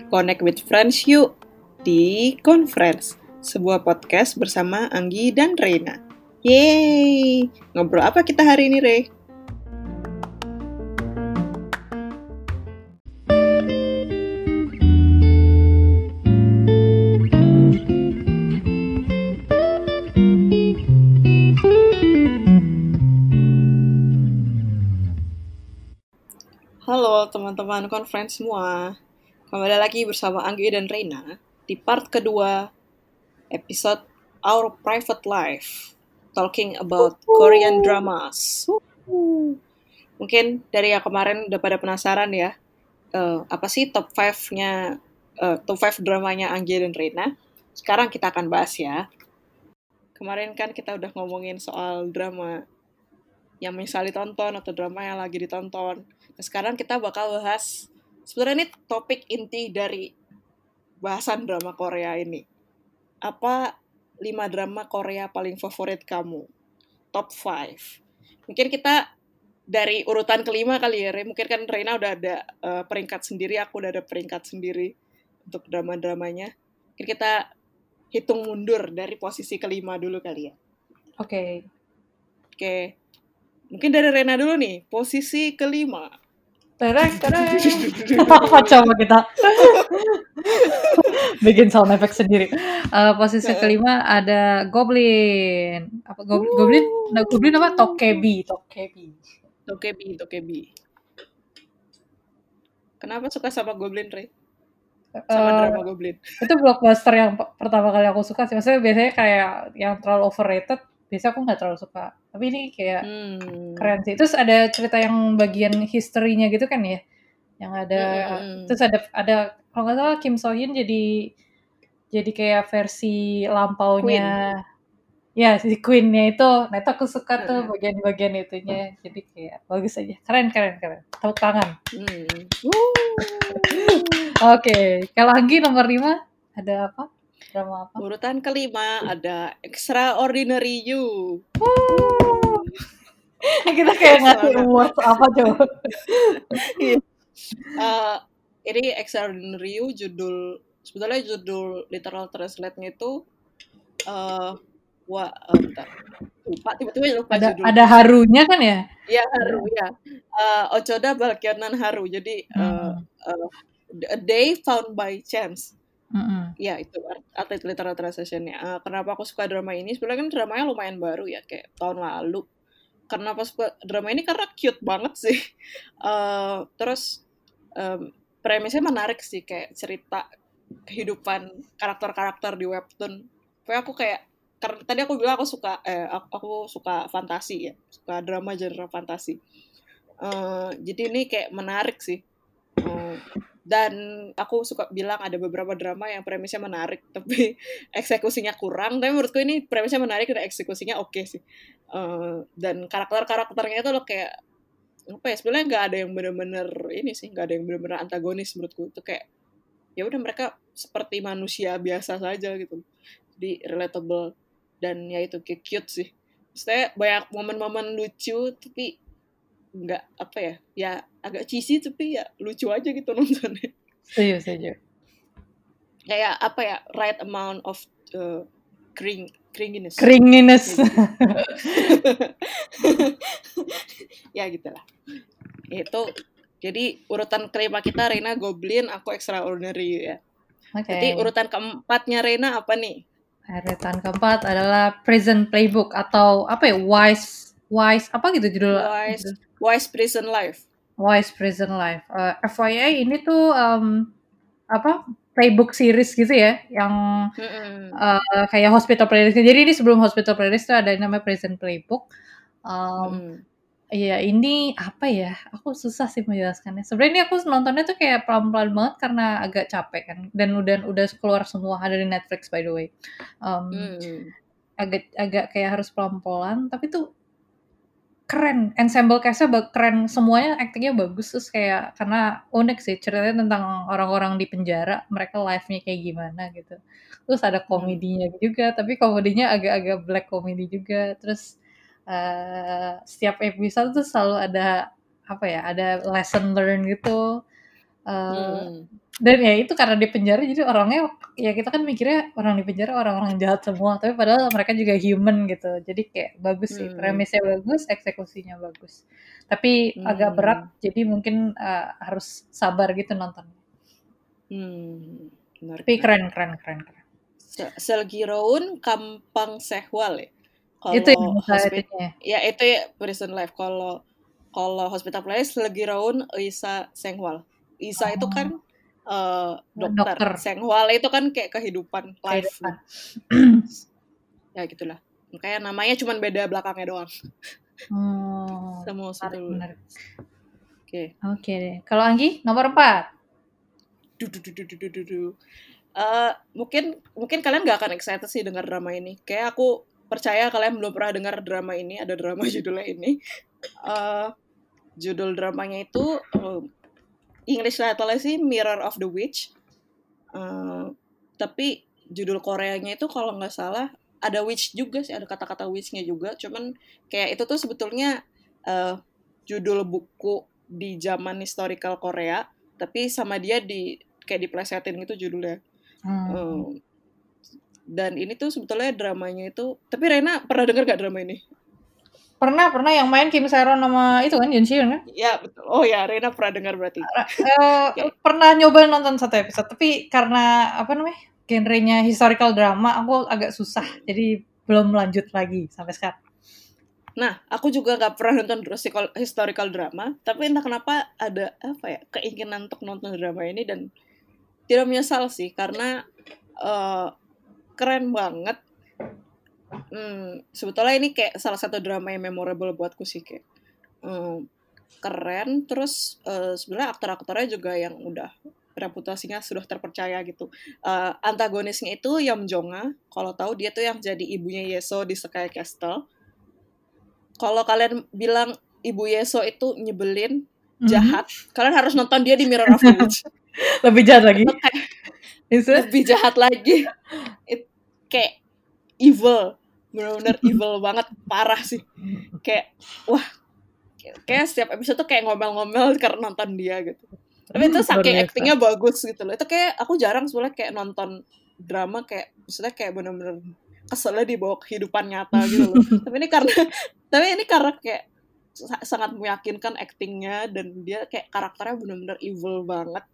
Connect with Friends yuk di Conference, sebuah podcast bersama Anggi dan Reina. Yeay! Ngobrol apa kita hari ini, Re? Halo teman-teman Conference semua. Kembali lagi bersama Anggi dan Reina di part kedua episode Our Private Life, talking about Korean dramas. Mungkin dari yang kemarin udah pada penasaran ya, apa sih top 5-nya, top 5 dramanya Anggi dan Reina. Sekarang kita akan bahas ya. Kemarin kan kita udah ngomongin soal drama yang misal ditonton atau drama yang lagi ditonton. Nah, sekarang kita bakal bahas, sebenarnya ini topik inti dari bahasan drama Korea ini. Apa 5 drama Korea paling favorit kamu? Top 5. Mungkin kita dari urutan kelima kali ya, mungkin kan Reina udah ada peringkat sendiri, aku udah ada peringkat sendiri untuk drama-dramanya. Mungkin kita hitung mundur dari posisi kelima dulu kali ya. Oke. Mungkin dari Reina dulu nih, posisi kelima. Tereng. Apa coba kita bikin sound effect sendiri. Posisi kelima ada Goblin. Apa Goblin? Nah, Goblin apa? Tokebi. Kenapa suka sama Goblin, Re? Sama drama Goblin. Itu blockbuster yang pertama kali aku suka sih. Maksudnya biasanya kayak yang terlalu overrated, biasanya aku nggak terlalu suka. Tapi ini kayak keren sih. Terus ada cerita yang bagian history-nya gitu kan ya, yang ada. Terus ada kalau nggak salah Kim So Hyun jadi kayak versi lampaunya. Queen. Ya, si Queen-nya itu. Nah, itu aku suka tuh bagian-bagian itunya. Jadi kayak bagus aja. Keren. Tepuk tangan. Oke. Kalau Anggi nomor 5 ada apa? Drama apa? Urutan kelima ada Extraordinary You. Kita kayak ngasih award apa coba? Ini Extraordinary You sebetulnya judul literal translate-nya itu lupa ada judul. Ada harunya kan ya? Iya, haru ya. Ochoda Balkyonan Haru. Jadi A Day Found by Chance. Ya, itu arti literal translation-nya. Kenapa aku suka drama ini? Sebenarnya kan dramanya lumayan baru ya, kayak tahun lalu. Kenapa suka drama ini? Karena cute banget sih. Terus premisnya menarik sih, kayak cerita kehidupan karakter-karakter di webtoon. Pokoknya aku kayak, karena tadi aku bilang aku suka fantasi ya, suka drama genre fantasi. Jadi ini kayak menarik sih. Dan aku suka bilang ada beberapa drama yang premisnya menarik tapi eksekusinya kurang. Tapi menurutku ini premisnya menarik dan eksekusinya oke sih. Dan karakternya itu loh kayak apa ya, sebenarnya nggak ada yang benar-benar ini sih, nggak ada yang benar-benar antagonis menurutku. Itu kayak ya udah, mereka seperti manusia biasa saja gitu. Jadi relatable dan ya itu kayak cute sih. Maksudnya banyak momen-momen lucu tapi nggak apa ya agak cheesy tapi ya lucu aja gitu nontonnya. Setuju. Kayak apa ya, right amount of cringiness. Ya gitulah. Itu jadi urutan kelima kita Reina Goblin, aku Extraordinary ya. Jadi urutan keempatnya Reina apa nih? Urutan keempat adalah Prison Playbook atau apa ya, Wise apa gitu judulnya? Wise Prison Life. FYI ini tuh apa, playbook series gitu ya, yang kayak Hospital Playlist. Jadi ini sebelum Hospital Playlist tuh ada yang namanya Prison Playbook. Ya ini apa ya, aku susah sih menjelaskannya. Sebenarnya ini aku nontonnya tuh kayak pelan-pelan banget karena agak capek kan, dan udah keluar semua, ada di Netflix by the way. Agak kayak harus pelan-pelan, tapi tuh keren, ensemble cast-nya keren, semuanya acting-nya bagus. Terus kayak karena unik sih ceritanya tentang orang-orang di penjara, mereka life-nya kayak gimana gitu. Terus ada komedinya juga, tapi komedinya agak-agak black comedy juga. Terus setiap episode tuh selalu ada apa ya, ada lesson learn gitu. Dan ya itu karena di penjara jadi orangnya ya kita kan mikirnya orang di penjara orang-orang jahat semua, tapi padahal mereka juga human gitu. Jadi kayak bagus sih, premisnya bagus, eksekusinya bagus. Tapi agak berat, jadi mungkin harus sabar gitu nontonnya. Tapi keren. Selgiroun Kampang Sehwal ya. Itu ya itu ya Prison Life. Kalau Hospital Playlist Selgiroun Isa Sehwal. Isa itu kan dokter. Sehwal itu kan kayak kehidupan life. Ya gitulah. Kayak namanya cuma beda belakangnya doang. Semua menarik. Oke deh. Kalau Anggi nomor 4. Mungkin kalian gak akan excited sih dengar drama ini. Kayak aku percaya kalian belum pernah dengar drama ini. Ada drama judulnya ini. Judul dramanya itu English title-nya sih Mirror of the Witch. Tapi judul Koreanya itu kalau nggak salah ada witch juga sih, ada kata-kata witch-nya juga. Cuman kayak itu tuh sebetulnya judul buku di zaman historical Korea, tapi sama dia kayak diplesetin gitu judulnya. Dan ini tuh sebetulnya dramanya itu, tapi Rena pernah dengar gak drama ini? Pernah yang main Kim Sae-ron sama itu kan Yoon Si-yoon kan? Ya betul. Oh ya, Rena pernah dengar berarti. Pernah nyoba nonton 1 episode, tapi karena genrenya historical drama, aku agak susah, jadi belum lanjut lagi sampai sekarang. Nah, aku juga gak pernah nonton historical drama, tapi entah kenapa ada keinginan untuk nonton drama ini dan tidak menyesal sih, karena keren banget. Sebetulnya ini kayak salah satu drama yang memorable buatku sih, kayak keren. Terus sebenarnya aktor-aktornya juga yang udah reputasinya sudah terpercaya gitu. Antagonisnya itu Yeom Jong-ah. Kalau tahu dia tuh yang jadi ibunya Yeso di Sky Castle. Kalau kalian bilang ibu Yeso itu nyebelin, jahat, kalian harus nonton dia di Mirror of the Witch. Lebih jahat lagi. Lebih jahat lagi. Kayak evil, benar-benar evil banget, parah sih. Kayak wah, kayak setiap episode tuh kayak ngomel-ngomel karena nonton dia gitu. Tapi itu saking actingnya bagus gitu loh. Itu kayak aku jarang sebenarnya kayak nonton drama kayak maksudnya kayak benar-benar keselnya dibawa kehidupan nyata gitu loh. Tapi ini karena kayak sangat meyakinkan actingnya dan dia kayak karakternya benar-benar evil banget.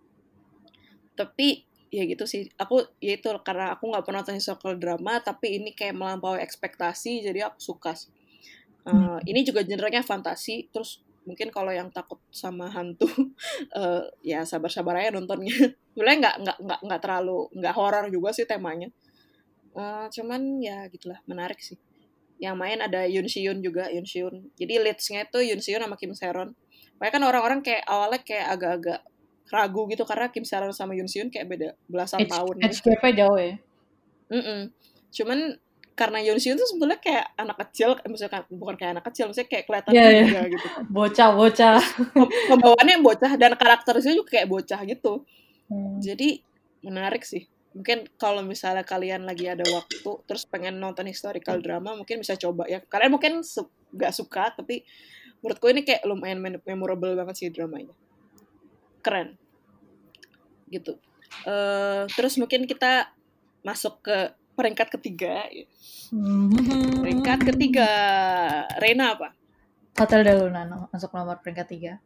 Tapi ya gitu sih, aku ya itu karena aku nggak pernah nonton historical drama, tapi ini kayak melampaui ekspektasi, jadi aku suka sih. Ini juga genrenya fantasi, terus mungkin kalau yang takut sama hantu ya sabar-sabar aja nontonnya. Sebenarnya nggak terlalu nggak horor juga sih temanya. Cuman ya gitulah, menarik sih. Yang main ada Yoon Si-yoon juga, jadi leads-nya itu Yoon Si-yoon sama Kim Sae-ron. Makanya kan orang-orang kayak awalnya kayak agak-agak ragu gitu karena Kim Sae-ron sama Yoon Si-yoon kayak beda belasan tahun. HGP jauh ya. Cuman karena Yoon Si-yoon tuh sebenarnya kayak anak kecil, maksudnya bukan kayak anak kecil, maksudnya kayak kelihatan muda gitu. Bocah. Pembawaannya bocah dan karakternya juga kayak bocah gitu. Jadi menarik sih. Mungkin kalau misalnya kalian lagi ada waktu terus pengen nonton historical drama, mungkin bisa coba ya. Kalian mungkin gak suka, tapi menurutku ini kayak lumayan memorable banget sih dramanya. Keren gitu. Terus mungkin kita masuk ke peringkat ketiga. Peringkat ketiga, Rena apa? Hotel Del Luna masuk nomor peringkat 3.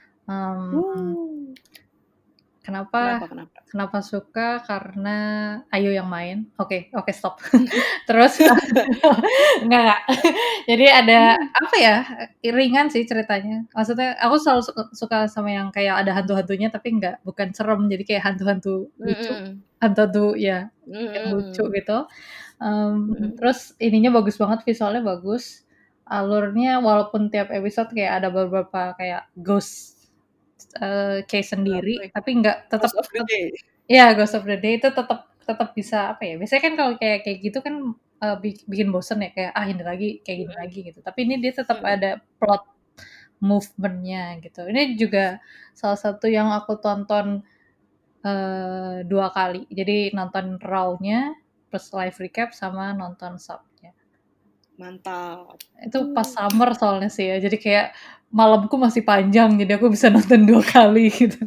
Kenapa suka? Karena Ayu yang main. Oke, stop. Terus enggak. Jadi ada ringan sih ceritanya. Maksudnya aku selalu suka sama yang kayak ada hantu-hantunya tapi bukan serem. Jadi kayak hantu-hantu lucu. Hantu-hantu ya yang lucu gitu. Terus ininya bagus banget, visualnya bagus. Alurnya walaupun tiap episode kayak ada beberapa kayak ghost case sendiri, tapi tetap Ghost of the Day. Ya, Ghost of the Day itu tetap bisa biasanya kan kalau kayak gitu kan bikin bosen ya, kayak ini lagi kayak gini lagi gitu. Tapi ini dia tetap ada plot movement-nya gitu. Ini juga salah satu yang aku tonton 2 kali. Jadi nonton raw-nya plus live recap sama nonton sub-nya. Mantap. Itu pas summer soalnya sih ya, jadi kayak malamku masih panjang, jadi aku bisa nonton 2 kali gitu.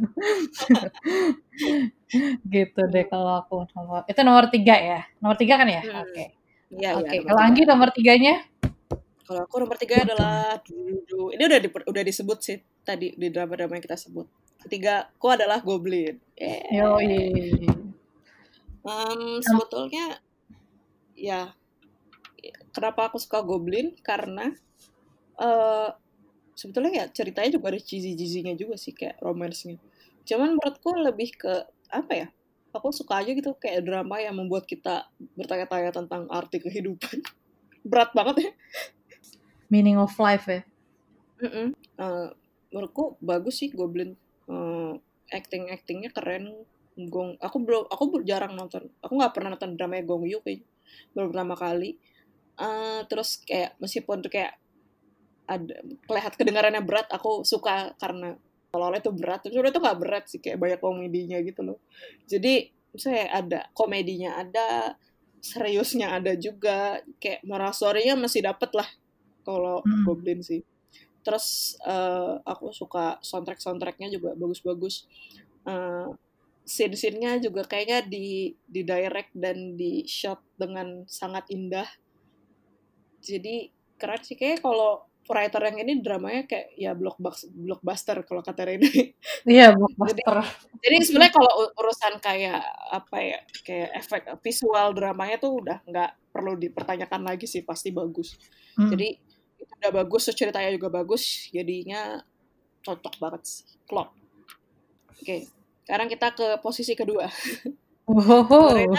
Gitu deh kalau aku itu nomor 3 ya? Nomor 3 kan ya? Oke. Iya, Oke, nomor kalau 3. Anggi nomor 3-nya? Kalau aku nomor 3 adalah ini udah disebut sih tadi di drama-drama yang kita sebut. Ketigaku adalah Goblin. Yoi. Sebetulnya ya kenapa aku suka Goblin karena sebetulnya ya ceritanya juga ada cheesy-cheesy-nya juga sih kayak romance-nya. Cuman menurutku lebih ke apa ya? Aku suka aja gitu kayak drama yang membuat kita bertanya-tanya tentang arti kehidupan. Berat banget ya. Meaning of life ya. Menurutku bagus sih Goblin. Actingnya keren. Aku jarang nonton. Aku nggak pernah nonton drama Gong Yoo kayaknya. Baru pertama kali. Terus kayak meskipun kayak ada kelihatan kedengarannya berat, aku suka karena kalau itu berat, tapi sebenarnya itu nggak berat sih, kayak banyak komedinya gitu loh. Jadi misalnya ada komedinya, ada seriusnya, ada juga kayak moral story-nya masih dapet lah kalau Goblin sih. Terus aku suka soundtracknya juga bagus-bagus. Scene-scene-nya juga kayaknya di direct dan di shot dengan sangat indah. Jadi keren sih kayak kalau writer yang ini dramanya kayak ya blockbuster kalau kata Rene. Iya, blockbuster. Jadi sebenarnya kalau urusan kayak apa ya, kayak efek visual dramanya tuh udah nggak perlu dipertanyakan lagi sih, pasti bagus. Jadi itu udah bagus, ceritanya juga bagus, jadinya cocok banget sih. Klop. Oke, sekarang kita ke posisi kedua. Wow.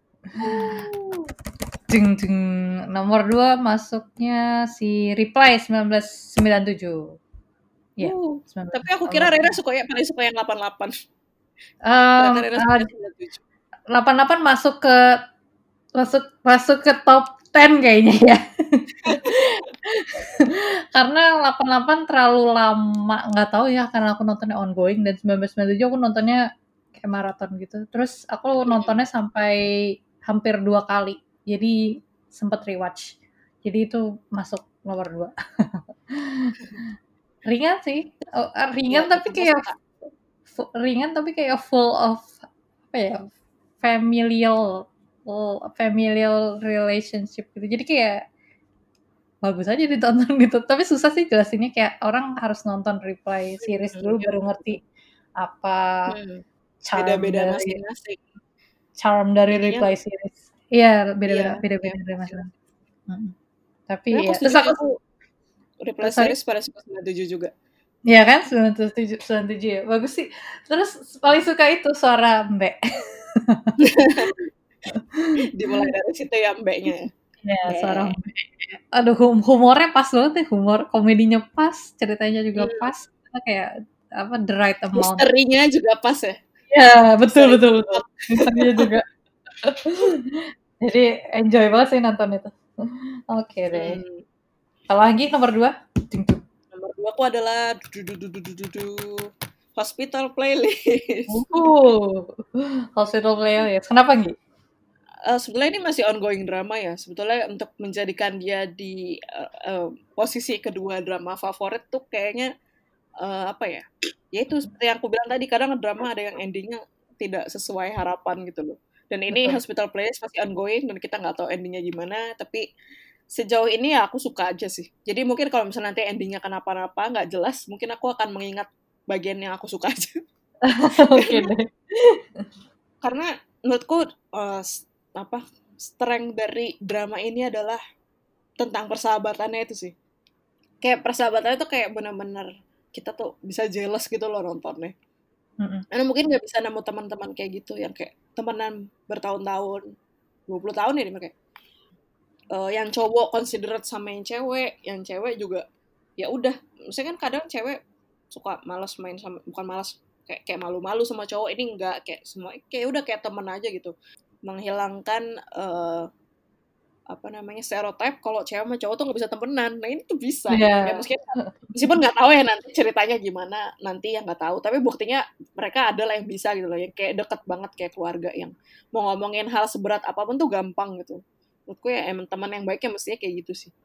Nomor 2 masuknya si Reply 1997. Ya. Tapi aku kira Rena paling suka yang 88. Ternyata Rena suka 97. 88 masuk ke top 10 kayaknya ya. Karena 88 terlalu lama, nggak tahu ya karena aku nontonnya ongoing, dan 1997 aku nontonnya kayak maraton gitu. Terus aku nontonnya sampai hampir 2 kali. Jadi sempet rewatch. Jadi itu masuk nomor 2. Ringan sih. Ringan tapi kayak full of apa ya? Familial relationship gitu. Jadi kayak bagus aja ditonton gitu. Tapi susah sih jelasinnya, kayak orang harus nonton Reply series dulu baru ngerti apa beda-beda masing-masing. Charm dari Reply series. Iya, beda-beda masing-masing. Tapi ya, terus aku Reply series pada suka 97 juga. Iya kan, 97 ya. Bagus sih. Terus paling suka itu suara Mbak. Dimulai dari situ ya Mbaknya ya. Iya, suara Mbak. Aduh, humornya pas banget nih, komedinya pas, ceritanya juga pas. Kayak apa, the right amount. Misterinya juga pas ya. Iya, betul. Misterinya juga. Jadi enjoy banget sih nonton itu. Oke deh. Kalau lagi nomor 2? Nomor 2 aku adalah Hospital Playlist. Hospital Playlist. Kenapa Gi? Sebenarnya ini masih ongoing drama ya. Sebetulnya untuk menjadikan dia di posisi kedua drama favorit tuh kayaknya apa ya? Ya itu seperti yang aku bilang tadi, kadang drama ada yang endingnya tidak sesuai harapan gitu loh. Dan ini Hospital Playlist masih ongoing dan kita nggak tahu endingnya gimana. Tapi sejauh ini ya aku suka aja sih. Jadi mungkin kalau misalnya nanti endingnya kenapa-napa nggak jelas, mungkin aku akan mengingat bagian yang aku suka aja. Oke deh. Karena menurutku strength dari drama ini adalah tentang persahabatannya itu sih. Kayak persahabatannya tuh kayak benar-benar kita tuh bisa jealous gitu loh nontonnya. Karena mungkin nggak bisa nemu teman-teman kayak gitu yang kayak temenan bertahun-tahun, 20 tahun ya kayak yang cowok considerate sama yang cewek juga ya udah. Misalnya kan kadang cewek suka malas main sama, bukan malas, kayak malu-malu sama cowok, ini enggak, kayak semua kayak udah kayak teman aja gitu. Menghilangkan stereotip kalau cewek sama cowok tuh nggak bisa temenan. Nah ini tuh bisa. Ya meskipun nggak tahu ya nanti ceritanya gimana, nanti yang nggak tahu. Tapi buktinya mereka adalah yang bisa gitu loh, yang kayak deket banget kayak keluarga, yang mau ngomongin hal seberat apapun tuh gampang gitu. Menurutku ya emang teman yang baiknya mestinya kayak gitu sih.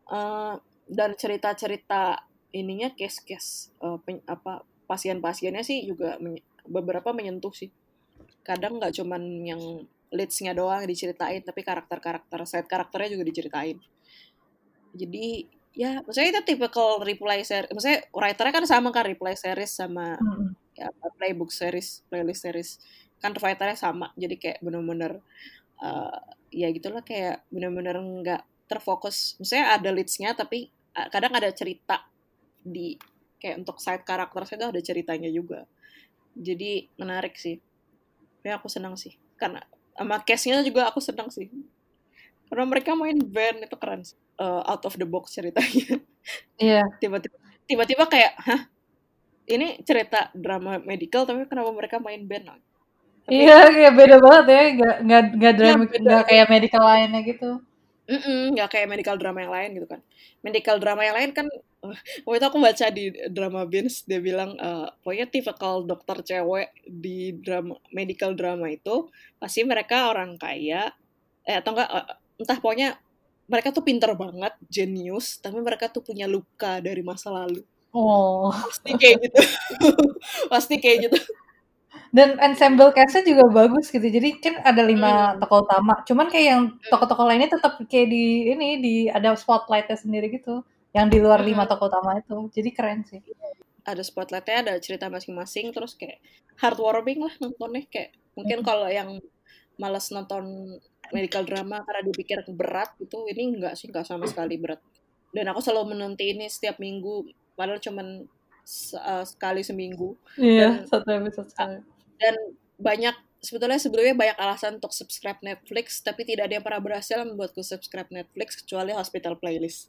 Dan cerita-cerita ininya case-case pasien-pasiennya sih juga beberapa menyentuh sih. Kadang nggak cuman yang leads-nya doang diceritain, tapi karakter-karakter side karakternya juga diceritain. Jadi ya maksudnya itu typical reply series, maksudnya writernya kan sama kan, reply series sama ya, playbook series, playlist series kan, writernya sama, jadi kayak bener-bener ya gitulah, kayak bener-bener nggak terfokus, maksudnya ada leads-nya tapi kadang ada cerita di kayak untuk side karakter saya ada ceritanya juga, jadi menarik sih ya, aku senang sih karena sama case-nya juga aku senang sih karena mereka main band itu keren sih. Out of the box ceritanya. Iya. Tiba-tiba kayak, hah? Ini cerita drama medical tapi kenapa mereka main band? Tapi, iya, kayak beda banget ya, nggak drama, nggak kayak medical lainnya gitu. Nggak kayak medical drama yang lain gitu kan. Medical drama yang lain kan, waktu itu aku baca di drama Binge, dia bilang, pokoknya tipikal dokter cewek di medical drama itu, pasti mereka orang kaya, atau enggak, entah pokoknya mereka tuh pinter banget, jenius, tapi mereka tuh punya luka dari masa lalu. Oh. Pasti kayak gitu. Pasti kayak gitu. Dan ensemble cast-nya juga bagus gitu. Jadi kan ada 5 tokoh utama. Cuman kayak yang tokoh-tokoh lainnya tetap kayak di ada spotlight-nya sendiri gitu. Yang di luar 5 tokoh utama itu. Jadi keren sih. Ada spotlight-nya, ada cerita masing-masing, terus kayak heartwarming lah nontonnya. Kayak mungkin kalau yang malas nonton medical drama karena dipikir berat gitu, ini enggak sih, enggak sama sekali berat. Dan aku selalu menonton ini setiap minggu, padahal cuman sekali seminggu. Iya, satu episode sekali. Dan sebetulnya banyak alasan untuk subscribe Netflix, tapi tidak ada yang pernah berhasil membuatku subscribe Netflix kecuali Hospital Playlist.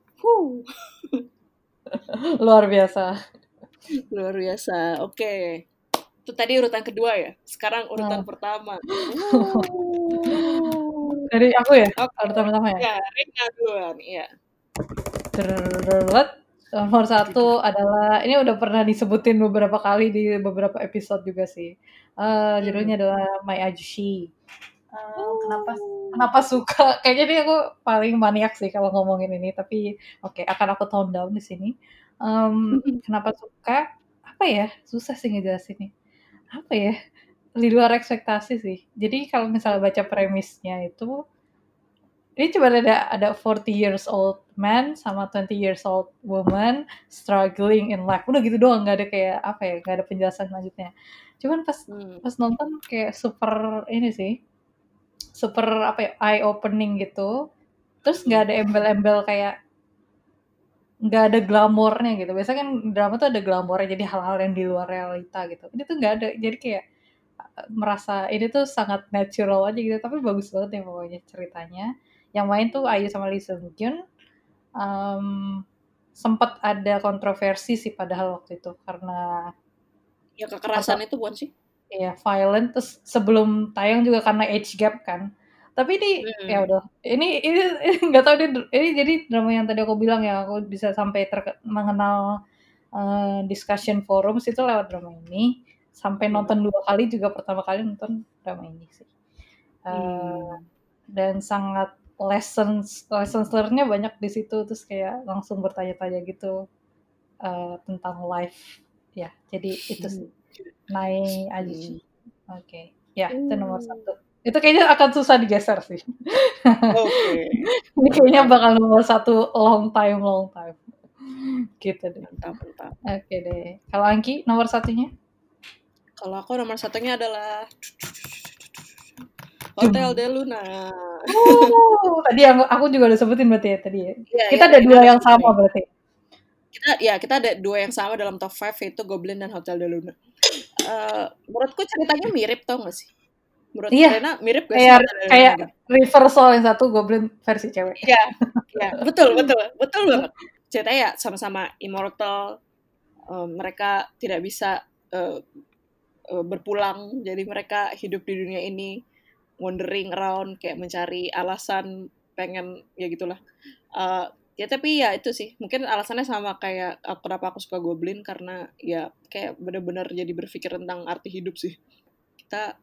Luar biasa. Luar biasa. Oke. Itu tadi urutan kedua ya. Sekarang urutan pertama. Dari aku ya? Urutan pertama ya? Ya, Rina duluan. Iya. Nomor 1 adalah, ini udah pernah disebutin beberapa kali di beberapa episode juga sih. Judulnya adalah My Ajushi. Kenapa suka? Kayaknya dia aku paling maniak sih kalau ngomongin ini. Tapi oke, akan aku tone down di sini. Kenapa suka? Apa ya? Susah sih ngejelasinnya. Apa ya? Di luar ekspektasi sih. Jadi kalau misalnya baca premisnya itu, ini cuma ada 40 years old man sama 20 years old woman struggling in life. Udah gitu doang, nggak ada kayak apa ya, nggak ada penjelasan selanjutnya. Cuman pas nonton kayak super ini sih, super apa ya, eye opening gitu. Terus nggak ada embel-embel kayak, nggak ada glamornya gitu. Biasanya kan drama tuh ada glamornya, jadi hal-hal yang di luar realita gitu. Ini tuh nggak ada, jadi kayak merasa ini tuh sangat natural aja gitu. Tapi bagus banget ya pokoknya ceritanya. Yang main tuh Ayu sama Lee Seung Kyun. Sempat ada kontroversi sih padahal waktu itu karena ya kekerasan itu bukan sih? Iya, violent. Terus sebelum tayang juga karena age gap kan. Tapi ini ya udah. Ini nggak tahu ini jadi drama yang tadi aku bilang ya, aku bisa sampai mengenal discussion forums itu lewat drama ini. Sampai nonton 2 kali juga, pertama kali nonton drama ini sih. Dan sangat lessons learn-nya banyak di situ, terus kayak langsung bertanya-tanya gitu tentang life ya. Jadi itu sih. My Ajushi. Oke. Ya, itu nomor 1. Itu kayaknya akan susah digeser sih. Oke. Ini kayaknya bakal nomor 1 long time. Gitu deh. Mantap. Oke deh. Kalau Angki nomor 1-nya? Kalau aku nomor 1-nya adalah Hotel Del Luna. Tadi aku juga udah sebutin berarti ya tadi ya. Kita ada 2 yang sama berarti. Kita ada 2 yang sama dalam top 5, yaitu Goblin dan Hotel Del Luna. Menurutku ceritanya mirip, tau gak sih? Menurut Rena mirip gak sih? Kayak reversal, yang satu Goblin versi cewek. Iya, betul banget. Ceritanya ya sama-sama immortal. Mereka tidak bisa berpulang, jadi mereka hidup di dunia ini wandering around, kayak mencari alasan pengen, ya gitulah. Ya tapi ya itu sih, mungkin alasannya sama kayak kenapa aku suka Goblin, karena ya kayak benar-benar jadi berpikir tentang arti hidup sih. Kita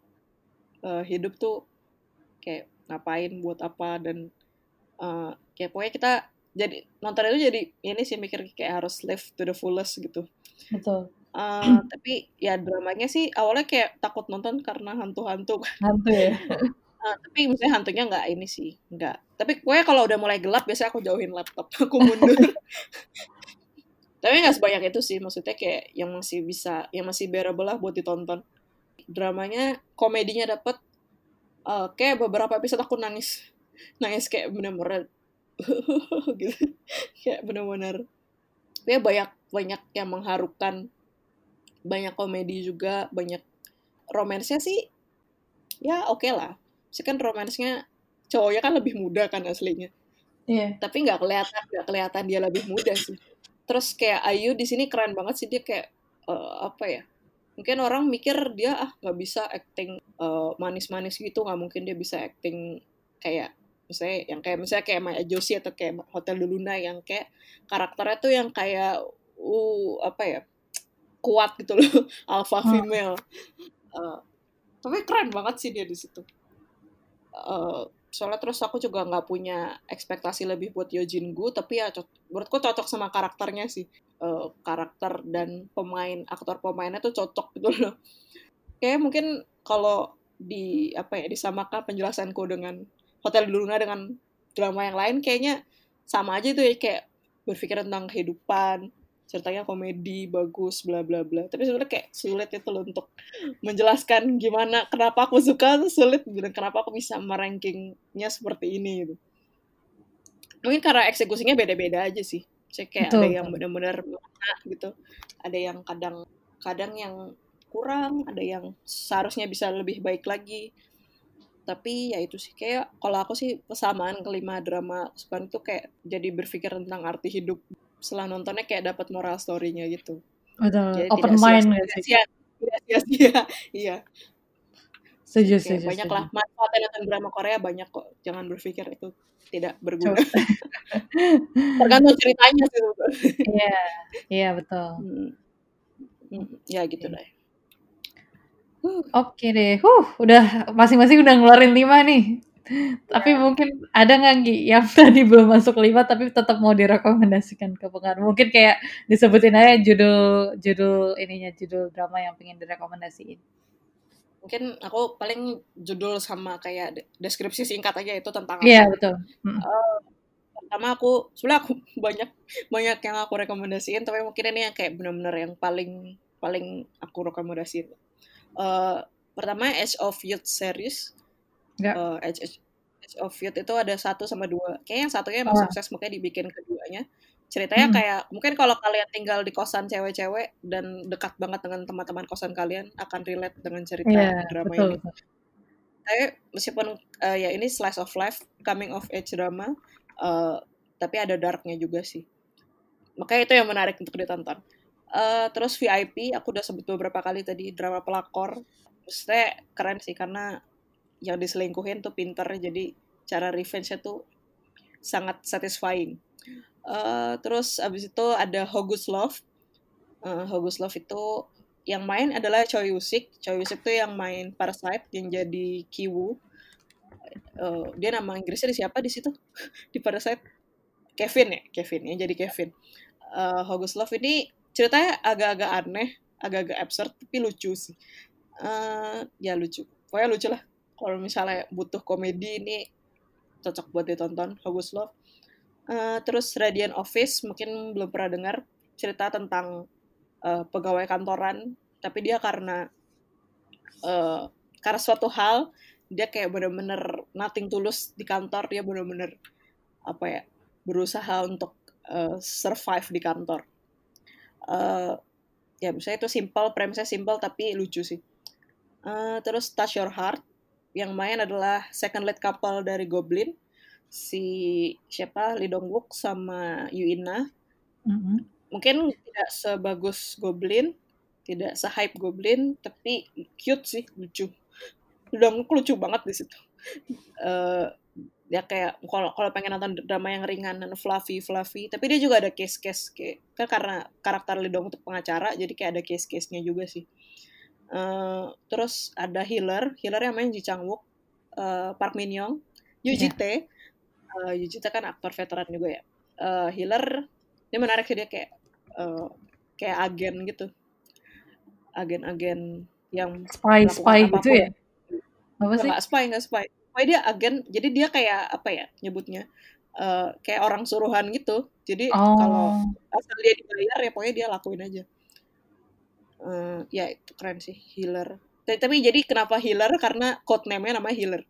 hidup tuh kayak ngapain, buat apa, dan kayak pokoknya kita jadi nonton itu jadi ini sih mikir kayak harus live to the fullest gitu. Betul. Tapi ya dramanya sih awalnya kayak takut nonton karena hantu-hantu kan. Hantu ya. Tapi misalnya hantunya nggak ini sih, nggak. Tapi pokoknya kalau udah mulai gelap biasanya aku jauhin laptop, aku mundur. Tapi nggak sebanyak itu sih, maksudnya kayak yang masih bearable lah buat ditonton. Dramanya, komedinya dapet, kayak beberapa episode aku nangis kayak bener-bener gitu, kayak bener-bener. Kayak banyak yang mengharukan, banyak komedi juga, banyak romansnya sih, ya oke lah. Sih kan romansnya cowoknya kan lebih muda kan aslinya. Iya. Tapi nggak kelihatan dia lebih muda sih. Terus kayak Ayu di sini keren banget sih, dia kayak apa ya? Mungkin orang mikir dia nggak bisa acting manis-manis gitu, nggak mungkin dia bisa acting kayak misalnya kayak Maya Joshi atau kayak Hotel de Luna yang kayak karakternya tuh yang kayak apa ya? Kuat gitu loh, alpha female. Tapi keren banget sih dia di situ. Soalnya terus aku juga nggak punya ekspektasi lebih buat Yojin-gu, tapi ya menurutku cocok sama karakternya sih. Karakter dan aktor pemainnya tuh cocok gitu loh. Kayak mungkin kalau disamakan penjelasanku dengan Hotel de Luna dengan drama yang lain, kayaknya sama aja tuh ya, kayak berpikir tentang kehidupan, ceritanya komedi, bagus, bla bla bla. Tapi sebenarnya kayak sulit itu loh untuk menjelaskan kenapa aku suka, sulit, dan kenapa aku bisa merankingnya seperti ini gitu. Mungkin karena eksekusinya beda-beda aja sih. Saya kayak ada yang benar-benar mengena gitu, ada yang kadang yang kurang, ada yang seharusnya bisa lebih baik lagi. Tapi ya itu sih, kayak kalau aku sih kesamaan kelima drama kesukaan itu kayak jadi berpikir tentang arti hidup. Setelah nontonnya kayak dapat moral story-nya gitu. Betul. Jadi Open mind gak sih? Tidak sia-sia. Iya. Setuju. Banyak lah manfaatnya nonton drama Korea, banyak kok. Jangan berpikir itu tidak berguna. Tergantung ceritanya sih. Iya betul. Ya gitu deh. Oke deh. Udah masing-masing udah ngeluarin 5 nih. Tapi mungkin ada nggak Gi yang tadi belum masuk 5 tapi tetap mau direkomendasikan ke pengaruh? Mungkin kayak disebutin aja judul drama yang pengen direkomendasiin. Mungkin aku paling judul sama kayak deskripsi singkat aja itu tentang apa. Iya betul. Pertama sebenarnya aku banyak yang aku rekomendasiin, tapi mungkin ini yang kayak benar-benar yang paling aku rekomendasiin. Pertama Edge of Youth series. Edge of Youth itu ada 1 sama 2. Kayaknya yang satunya emang sukses, makanya dibikin keduanya. Ceritanya kayak mungkin kalau kalian tinggal di kosan cewek-cewek dan dekat banget dengan teman-teman kosan kalian akan relate dengan cerita drama ini. Tapi meskipun ya ini slice of life, coming of age drama, tapi ada darknya juga sih. Makanya itu yang menarik untuk ditonton. Terus VIP, aku udah sebut beberapa kali tadi, drama pelakor. Maksudnya keren sih karena yang diselingkuhin tuh pinter, jadi cara revenge-nya tuh sangat satisfying. Terus abis itu ada Hogwarts Love. Hogwarts Love itu yang main adalah Choi Woo-sik. Choi Woo-sik tuh yang main Parasite, yang jadi Ki-woo. Dia nama Inggrisnya siapa di situ? Di Parasite? Kevin yang jadi Kevin. Hogwarts Love ini ceritanya agak-agak aneh, agak-agak absurd, tapi lucu sih. Ya lucu. Pokoknya lucu lah. Kalau misalnya butuh komedi, ini cocok buat ditonton, Hogwarts Love. Terus Radiant Office, mungkin belum pernah dengar. Cerita tentang pegawai kantoran, tapi dia karena suatu hal, dia kayak bener-bener nothing tulus di kantor, dia bener-bener berusaha untuk survive di kantor. Ya misalnya itu premisnya simple tapi lucu sih. Terus Touch Your Heart, yang main adalah second lead couple dari Goblin, si Lee Dong-wook sama Yoo In-na. Mungkin tidak sebagus Goblin, tidak se-hype Goblin, tapi cute sih, lucu. Dong-wook lucu banget di situ. Ya kayak kalau pengen nonton drama yang ringan dan fluffy, tapi dia juga ada case-case kayak kan karena karakter Lee Dong untuk pengacara, jadi kayak ada case-case-nya juga sih. Terus ada Healer yang main Ji Chang-wook, Park Min Young, Yoo Ji-tae. Yoo Ji-tae kan aktor veteran juga ya. Healer dia menarik sih, dia kayak agen gitu, agen-agen yang melakukan Spy gitu apapun. ya? Apa sih? Nggak spy. Pokoknya dia agen, jadi dia kayak apa ya nyebutnya, kayak orang suruhan gitu. Jadi kalau asal dia dibayar ya pokoknya dia lakuin aja. Ya itu keren sih, healer. Tapi jadi kenapa healer? Karena code name-nya namanya healer.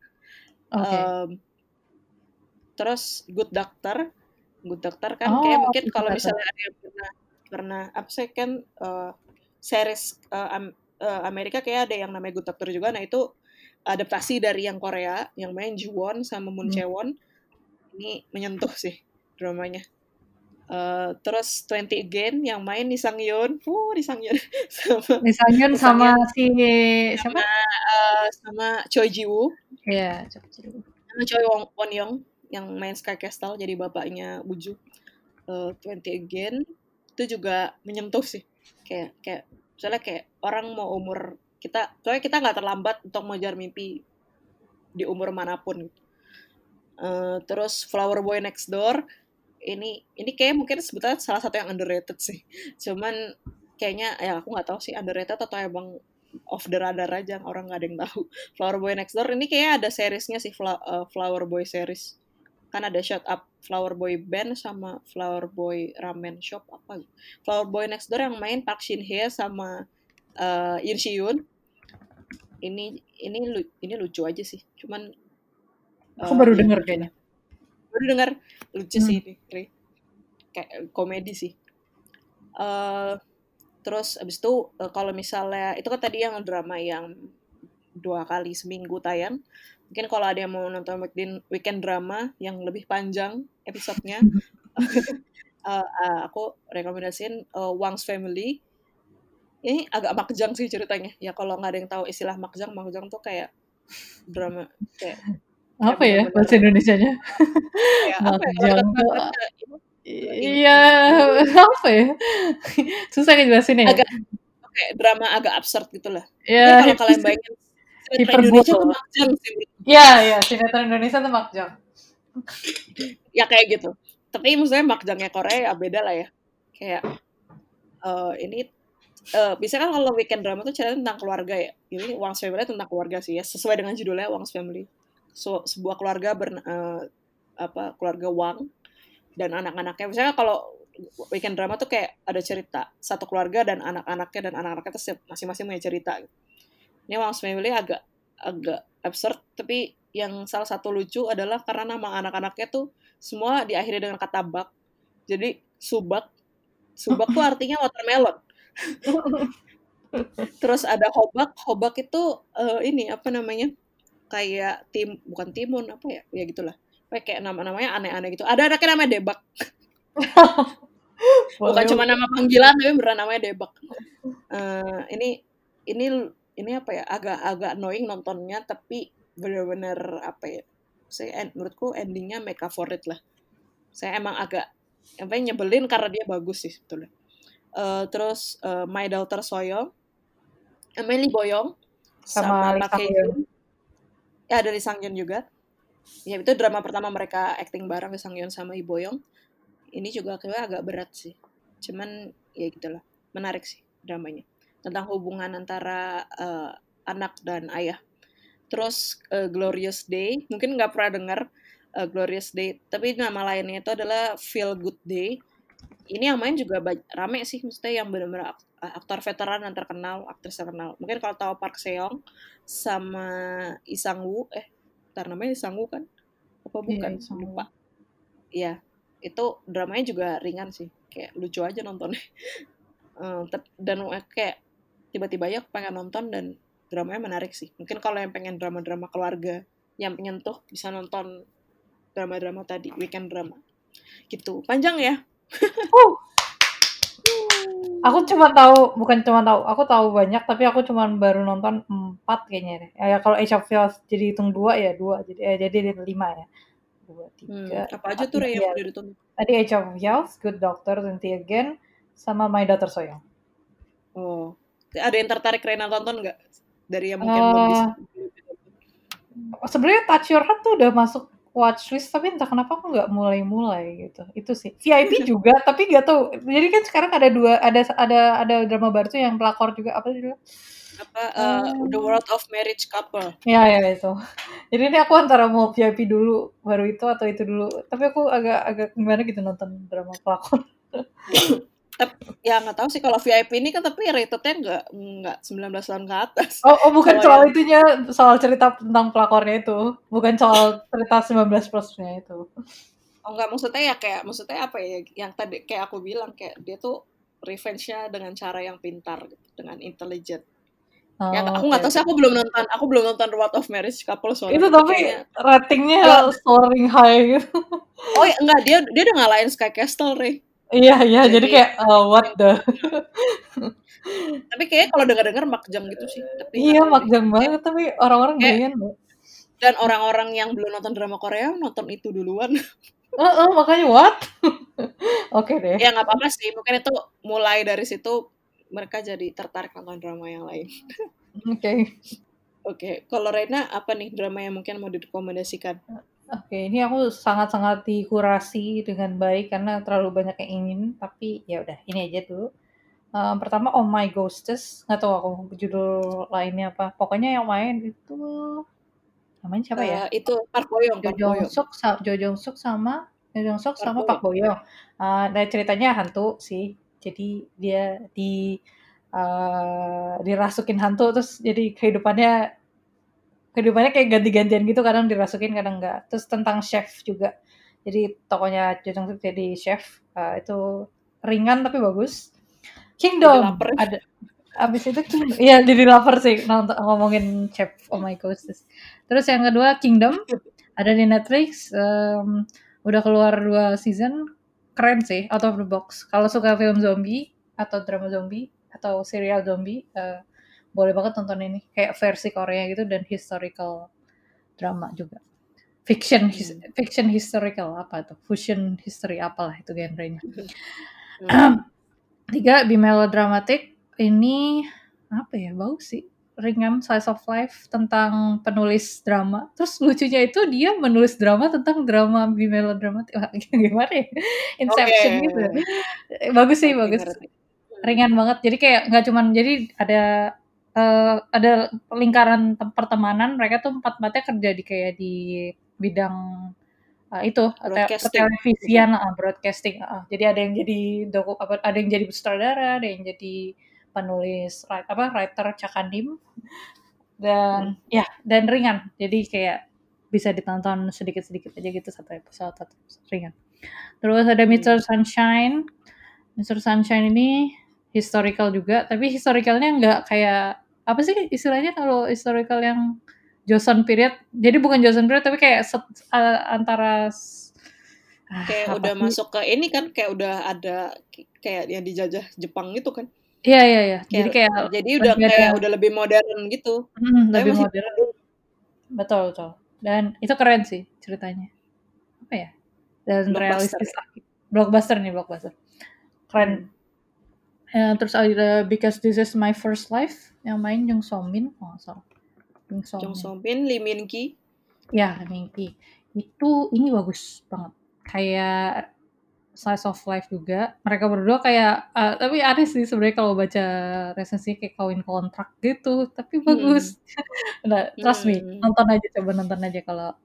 Terus Good Doctor kan kayak mungkin kalau misalnya ada yang pernah apa sih kan series Amerika kayak ada yang namanya Good Doctor juga. Nah itu adaptasi dari yang Korea yang main Ji-won sama Moon Chae-won. Ini menyentuh sih dramanya. Terus 20 Again yang main Lee Sang-yeon. Lee Sang-yeon sama si siapa? Sama Choi Ji-woo. Iya, Sama Choi Won-young yang main Sky Castle jadi bapaknya Buju. 20 Again itu juga menyentuh sih. Kayak misalnya kayak orang mau umur soalnya kita nggak terlambat untuk mengejar mimpi di umur manapun. Terus Flower Boy Next Door ini kayak mungkin sebetulnya salah satu yang underrated sih. Cuman kayaknya ya aku nggak tahu sih underrated atau emang off the radar aja, orang nggak ada yang tahu. Flower Boy Next Door ini kayak ada seriesnya sih, Flower Boy series. Kan ada Shut Up Flower Boy Band sama Flower Boy Ramen Shop apa gitu. Flower Boy Next Door yang main Park Shin Hye sama Yoon Si Yoon. Ini lucu aja sih. Cuman aku baru dengar kayaknya. Baru dengar, lucu sih ini, kayak komedi sih. Terus abis itu kalau misalnya itu kan tadi yang drama yang 2 kali seminggu tayang. Mungkin kalau ada yang mau nonton weekend drama yang lebih panjang episodenya, aku rekomendasiin Wang's Family. Ini agak makjang sih ceritanya. Ya kalau nggak ada yang tahu istilah makjang tuh kayak drama kayak apa ya bahasa Indonesianya? Makjang tuh iya apa ya? Susah ngejelasin ya. Kayak drama agak absurd gitulah. Ya, kalau kalian bayangin sinetron Indonesia tuh makjang sih. Iya, sinetron Indonesia tuh makjang. Ya kayak gitu. Tapi maksudnya makjangnya Korea ya beda lah ya. Kayak ini biasanya kan kalau weekend drama tuh ceritanya tentang keluarga ya. Ini Wang's Family tentang keluarga sih ya. Sesuai dengan judulnya Wang's Family. Sebuah keluarga keluarga Wang dan anak-anaknya. Misalnya kalau weekend drama tuh kayak ada cerita satu keluarga dan anak-anaknya tuh masing-masing punya cerita. Ini Wang's Family agak absurd, tapi yang salah satu lucu adalah karena nama anak-anaknya tuh semua diakhiri dengan kata bak. Jadi subak tuh artinya watermelon. Terus ada hobak itu ini apa namanya? Kayak bukan timun apa ya? Ya gitulah. Kayak namanya aneh-aneh gitu. Ada anaknya namanya Debak. Bukan cuma nama panggilan, tapi beneran namanya Debak. Ini apa ya? Agak annoying nontonnya, tapi bener-bener apa ya? Menurutku endingnya make up for it lah. Saya emang agak nyebelin karena dia bagus sih sebetulnya. Terus My Daughter Soyeon, Lee Boyoung sama Park Hae-jun. Ya ada Lee Sang-yeon juga. Ya itu drama pertama mereka acting bareng, Lee Sang-yeon sama Lee Boyoung. Ini juga kayaknya agak berat sih. Cuman ya gitulah, menarik sih dramanya. Tentang hubungan antara anak dan ayah. Terus Glorious Day, mungkin nggak pernah dengar Glorious Day, tapi nama lainnya itu adalah Feel Good Day. Ini yang main juga rame sih, maksudnya yang benar-benar aktor veteran yang terkenal, aktris terkenal. Mungkin kalau tahu Park Se-young sama Lee Sang-woo, namanya Lee Sang-woo kan? Apa bukan? Iya, lupa. Iya, itu dramanya juga ringan sih, kayak lucu aja nontonnya. Dan kayak tiba-tiba ya pengen nonton dan dramanya menarik sih. Mungkin kalau yang pengen drama-drama keluarga yang menyentuh bisa nonton drama-drama tadi, weekend drama. Gitu. Panjang ya? Aku tahu banyak, tapi aku cuma baru nonton 4 kayaknya deh. Ya kalau Age of Heroes jadi hitung 2 ya 2, jadi 5 ya. 2, 3. Apa aja tuh yang udah ditonton? Tadi Age of Heroes, Good Doctor, 20 Again, sama My Daughter Soyeon. Oh, ada yang tertarik Rena tonton nggak? Dari yang mungkin belum bisa. Sebenarnya Touch Your Heart tuh udah masuk watchlist tapi entah kenapa aku nggak mulai-mulai gitu. Itu sih. VIP juga tapi nggak tahu. Jadi kan sekarang ada drama baru tuh yang pelakor juga apa sih? The World of Marriage Couple. Ya itu. Jadi ini aku antara mau VIP dulu baru itu atau itu dulu. Tapi aku agak gimana gitu nonton drama pelakor. Ya nggak tahu sih kalau VIP ini kan, tapi ratednya nggak 19 tahun ke atas. Oh bukan soal itunya, soal cerita tentang pelakornya itu, bukan soal cerita 19 plusnya itu. Oh nggak, maksudnya apa ya, yang tadi kayak aku bilang, kayak dia tuh revenge-nya dengan cara yang pintar gitu, dengan intelijen. Ya aku nggak tahu sih, aku belum nonton The World of Marriage Couple soalnya. Itu tapi ratingnya soaring high gitu. Oh ya, enggak, dia udah ngalahin Sky Castle, Ray. Iya, jadi kayak what the. Tapi kayaknya kalau dengar-dengar makjang gitu sih. Tapi iya, makjang banget, tapi orang-orang doyan loh. Dan orang-orang yang belum nonton drama Korea nonton itu duluan. Makanya what? Oke deh. Ya nggak apa-apa sih, mungkin itu mulai dari situ mereka jadi tertarik nonton drama yang lain. Oke, kalau Rena apa nih drama yang mungkin mau direkomendasikan? Oke, ini aku sangat-sangat dikurasi dengan baik karena terlalu banyak yang ingin, tapi ya udah ini aja dulu. Pertama Oh My Ghostess, nggak tahu aku judul lainnya apa. Pokoknya yang main itu namanya siapa ya? Itu Park Bo Young. Jo Jong Suk sama Park Bo Young. Nah ceritanya hantu sih, jadi dia dirasukin hantu terus jadi kehidupannya kayak ganti-gantian gitu, kadang dirasukin kadang enggak. Terus tentang chef juga, jadi tokonya Jo Jong Suk jadi chef. Itu ringan tapi bagus. Kingdom ada. Abis itu iya jadi lapar sih ngomongin chef Oh My Ghostess. Terus yang kedua Kingdom ada di Netflix, udah keluar 2 season, keren sih, out of the box. Kalau suka film zombie atau drama zombie atau serial zombie, boleh banget nonton ini. Kayak versi Korea gitu dan historical drama juga. Fiction historical apa tuh? Fusion history apalah itu genrenya. 3 Be Melodramatic. Ini apa ya, bagus sih, ringan, slice of life tentang penulis drama. Terus lucunya itu dia menulis drama tentang drama Be Melodramatic. Gimana ya? Inception gitu. Bagus sih, bagus. Ringan banget. Jadi kayak nggak cuman, jadi ada lingkaran pertemanan, mereka tuh empat-empatnya kerja di bidang itu televisian, broadcasting. Jadi ada yang jadi ada yang jadi sutradara, ada yang jadi penulis writer Cakandim, dan dan ringan. Jadi kayak bisa ditonton sedikit-sedikit aja gitu, satu episode ringan. Terus ada Mr. Sunshine. Mr. Sunshine ini historical juga, tapi historicalnya nggak kayak apa sih istilahnya kalau historical yang Joseon period. Jadi bukan Joseon period tapi kayak antara kayak udah masuk ke ini kan, kayak udah ada kayak yang dijajah Jepang gitu kan. Iya. Jadi udah lebih modern gitu. Lebih modern. Betul. Dan itu keren sih ceritanya. Apa ya? Dan realistis. Blockbuster. Keren. Terus ada Because This Is My First Life yang main Jung So Min. Jung So Min, Lee Min Ki. Ya, Lee Min Ki. Ini bagus banget. Kayak slice of life juga. Mereka berdua kayak tapi aneh sih sebenarnya kalau baca resensi kayak kawin kontrak gitu, tapi bagus. Nah, trust me, coba nonton aja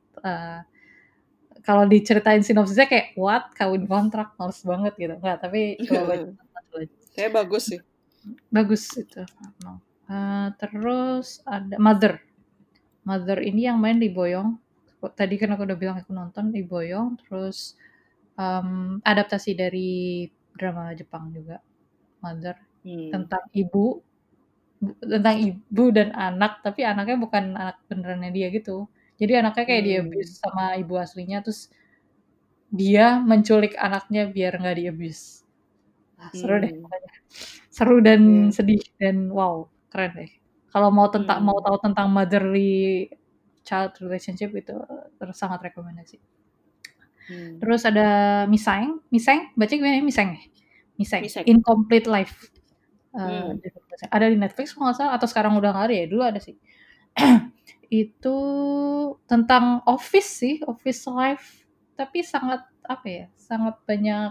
kalau diceritain sinopsisnya kayak what, kawin kontrak, males banget gitu. Enggak, tapi coba baca. Kayak bagus sih. Bagus itu. Terus ada Mother ini yang main Lee Bo Young. Tadi kan aku udah bilang aku nonton Lee Bo Young. Terus adaptasi dari drama Jepang juga, Mother, tentang ibu dan anak, tapi anaknya bukan anak benerannya dia gitu. Jadi anaknya kayak di-abuse sama ibu aslinya, terus dia menculik anaknya biar nggak di-abuse. Seru deh pokoknya. Seru dan sedih dan wow, keren deh. Kalau mau tahu tentang motherly child relationship itu sangat rekomendasi. Terus ada Miseng, baca gimana ya? Miseng. Incomplete Life. Ada di Netflix kalau nggak salah, atau sekarang udah nggak ada ya, dulu ada sih. itu tentang office sih, office life, tapi sangat apa ya, sangat banyak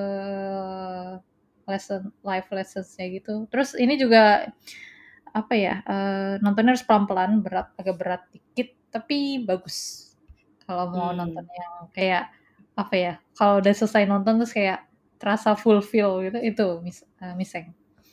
life lessons-nya gitu. Terus ini juga apa ya, nontonnya harus pelan-pelan, agak berat dikit, tapi bagus. Kalau mau nonton yang kayak apa ya, kalau udah selesai nonton terus kayak terasa fulfill gitu, itu Miseng.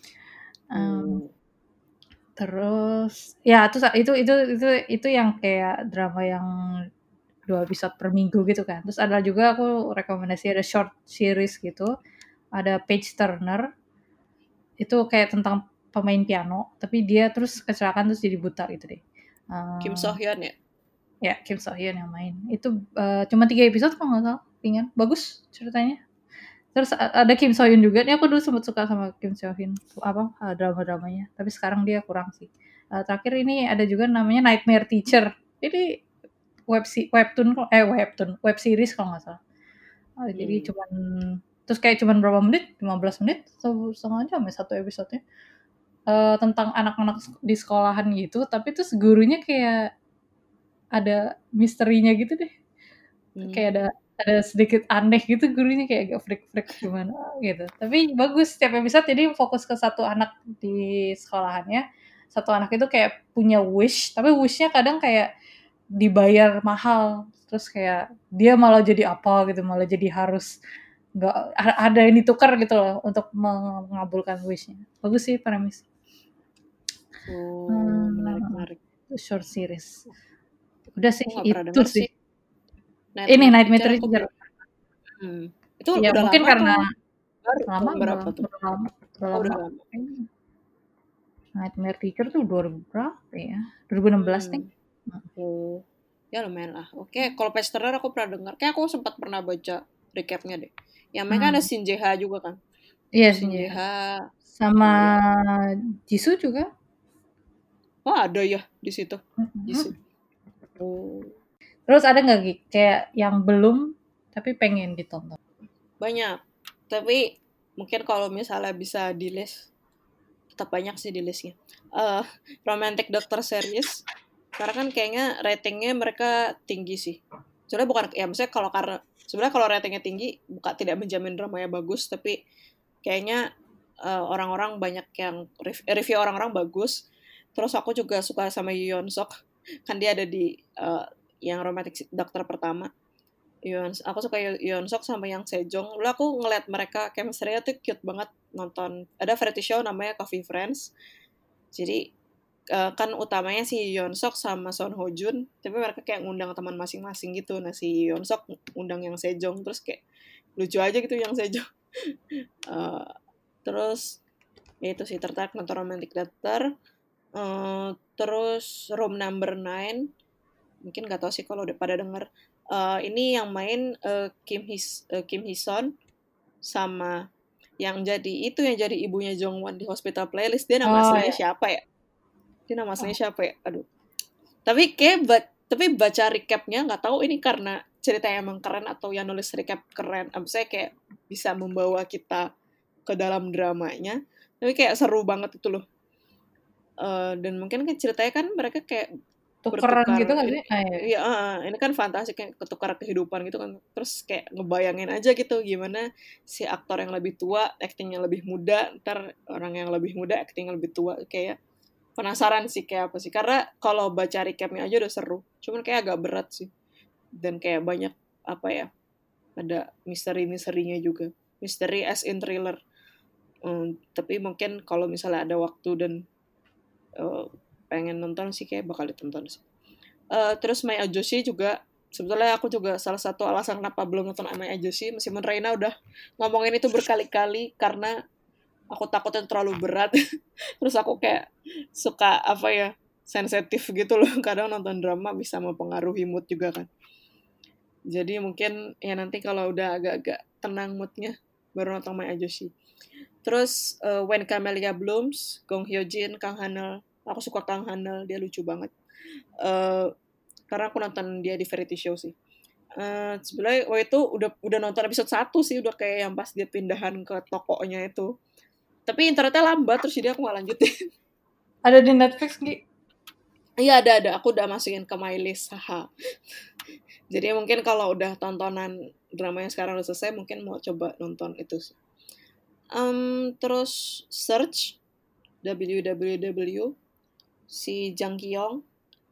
Terus ya itu yang kayak drama yang 2 episode per minggu gitu kan. Terus ada juga aku rekomendasi ada short series gitu. Ada Page Turner. Itu kayak tentang pemain piano, tapi dia terus kecelakaan terus jadi buta gitu deh. Kim So Hyun ya? Ya, Kim So Hyun yang main. Itu cuma 3 episode kalau nggak salah. Ringan, bagus ceritanya. Terus ada Kim So Hyun juga. Ini aku dulu sempat suka sama Kim So Hyun. Drama-dramanya. Tapi sekarang dia kurang sih. Terakhir ini ada juga namanya Nightmare Teacher. Ini web series kalau nggak salah. Jadi terus kayak cuman berapa menit? 15 menit atau setengah jam ya satu episodenya. Tentang anak-anak di sekolahan gitu, tapi terus gurunya kayak ada misterinya gitu deh. Kayak ada sedikit aneh gitu gurunya, kayak agak freak gimana gitu. Tapi bagus setiap episode, jadi fokus ke satu anak di sekolahannya. Satu anak itu kayak punya wish, tapi wishnya kadang kayak dibayar mahal. Terus kayak dia malah jadi apa gitu, malah jadi harus nggak ada yang ditukar gitu loh untuk mengabulkan wishnya. Bagus sih premis. Menarik. Short series. Udah sih itu sih. Nightmare ini Nightmare Teacher. Itu ya, udah mungkin lama karena lama berapa tuh? Udah lama. Nightmare Teacher tuh 2000 berapa ya? 2016 nih. Ya lumayan lah. Oke, kalau Page Turner aku pernah dengar. Kayak aku sempat pernah baca recapnya deh. Yang mereka ada Shin Jae-ha juga kan? Iya, Shin Jae-ha. Sama Jisoo juga. Oh, ada ya di situ. Jisoo. Terus ada nggak Gi? Kayak yang belum tapi pengen ditonton? Banyak. Tapi mungkin kalau misalnya bisa di list, tetap banyak sih di listnya. Romantic Doctor Series. Karena kan kayaknya ratingnya mereka tinggi sih. Sebenarnya bukan, ya maksudnya sebenarnya kalau ratingnya tinggi, tidak menjamin dramanya bagus, tapi kayaknya orang-orang banyak yang review orang-orang bagus. Terus aku juga suka sama Yoo Yeon Sok, kan dia ada di yang Romantic Doctor pertama. Aku suka Yoo Yeon Sok sama yang Sejong. Lalu aku ngeliat mereka chemistry-nya tuh cute banget. Nonton ada variety show namanya Coffee Friends. Jadi kan utamanya si Yoo Yeon Sok sama Son Ho Jun, tapi mereka kayak ngundang teman masing-masing gitu. Nah si Yoo Yeon Sok ngundang yang Sejong, terus kayak lucu aja gitu yang Sejong. Terus ya itu sih, tertarik nonton Romantic Doctor. Terus Room Number 9, mungkin nggak tahu sih kalau udah pada denger. Ini yang main Kim Hee-son sama yang jadi ibunya Jongwon di Hospital Playlist. Dia nama aslinya siapa ya? Aduh. Tapi baca recapnya nggak tahu ini karena ceritanya emang keren atau yang nulis recap keren. Saya kayak bisa membawa kita ke dalam dramanya. Tapi kayak seru banget itu loh. Dan mungkin kan ceritanya kan mereka kayak tukeran gitu kan sih? Iya, ini kan fantasi kayak ketukar kehidupan gitu kan. Terus kayak ngebayangin aja gitu gimana si aktor yang lebih tua aktingnya lebih muda, ntar orang yang lebih muda aktingnya lebih tua. Kayak penasaran sih kayak apa sih. Karena kalau baca recapnya aja udah seru. Cuman kayak agak berat sih. Dan kayak banyak apa ya, ada misteri-misterinya juga. Misteri as in thriller. Tapi mungkin kalau misalnya ada waktu dan pengen nonton sih kayak bakal ditonton sih. Terus My Ajoshi juga, sebetulnya aku juga salah satu alasan kenapa belum nonton My Ajoshi, meskipun Reina udah ngomongin itu berkali-kali karena aku takutnya terlalu berat. Terus aku kayak suka apa ya, sensitif gitu loh, kadang nonton drama bisa mempengaruhi mood juga kan. Jadi mungkin ya nanti kalau udah agak-agak tenang moodnya baru nonton My Ajoshi. Terus When Camellia Blooms, Gong Hyo Jin, Kang Hanel. Aku suka Kang Hanel, dia lucu banget. Karena aku nonton dia di variety show sih. Sebenarnya itu udah nonton episode 1 sih, udah kayak yang pas dia pindahan ke tokonya itu. Tapi internetnya lambat, terus jadi aku gak lanjutin. Ada di Netflix, Gi? Iya ada. Aku udah masukin ke my list. Haha. Jadi mungkin kalau udah tontonan drama yang sekarang udah selesai, mungkin mau coba nonton itu sih. Terus Search WWW si Jang Kyung,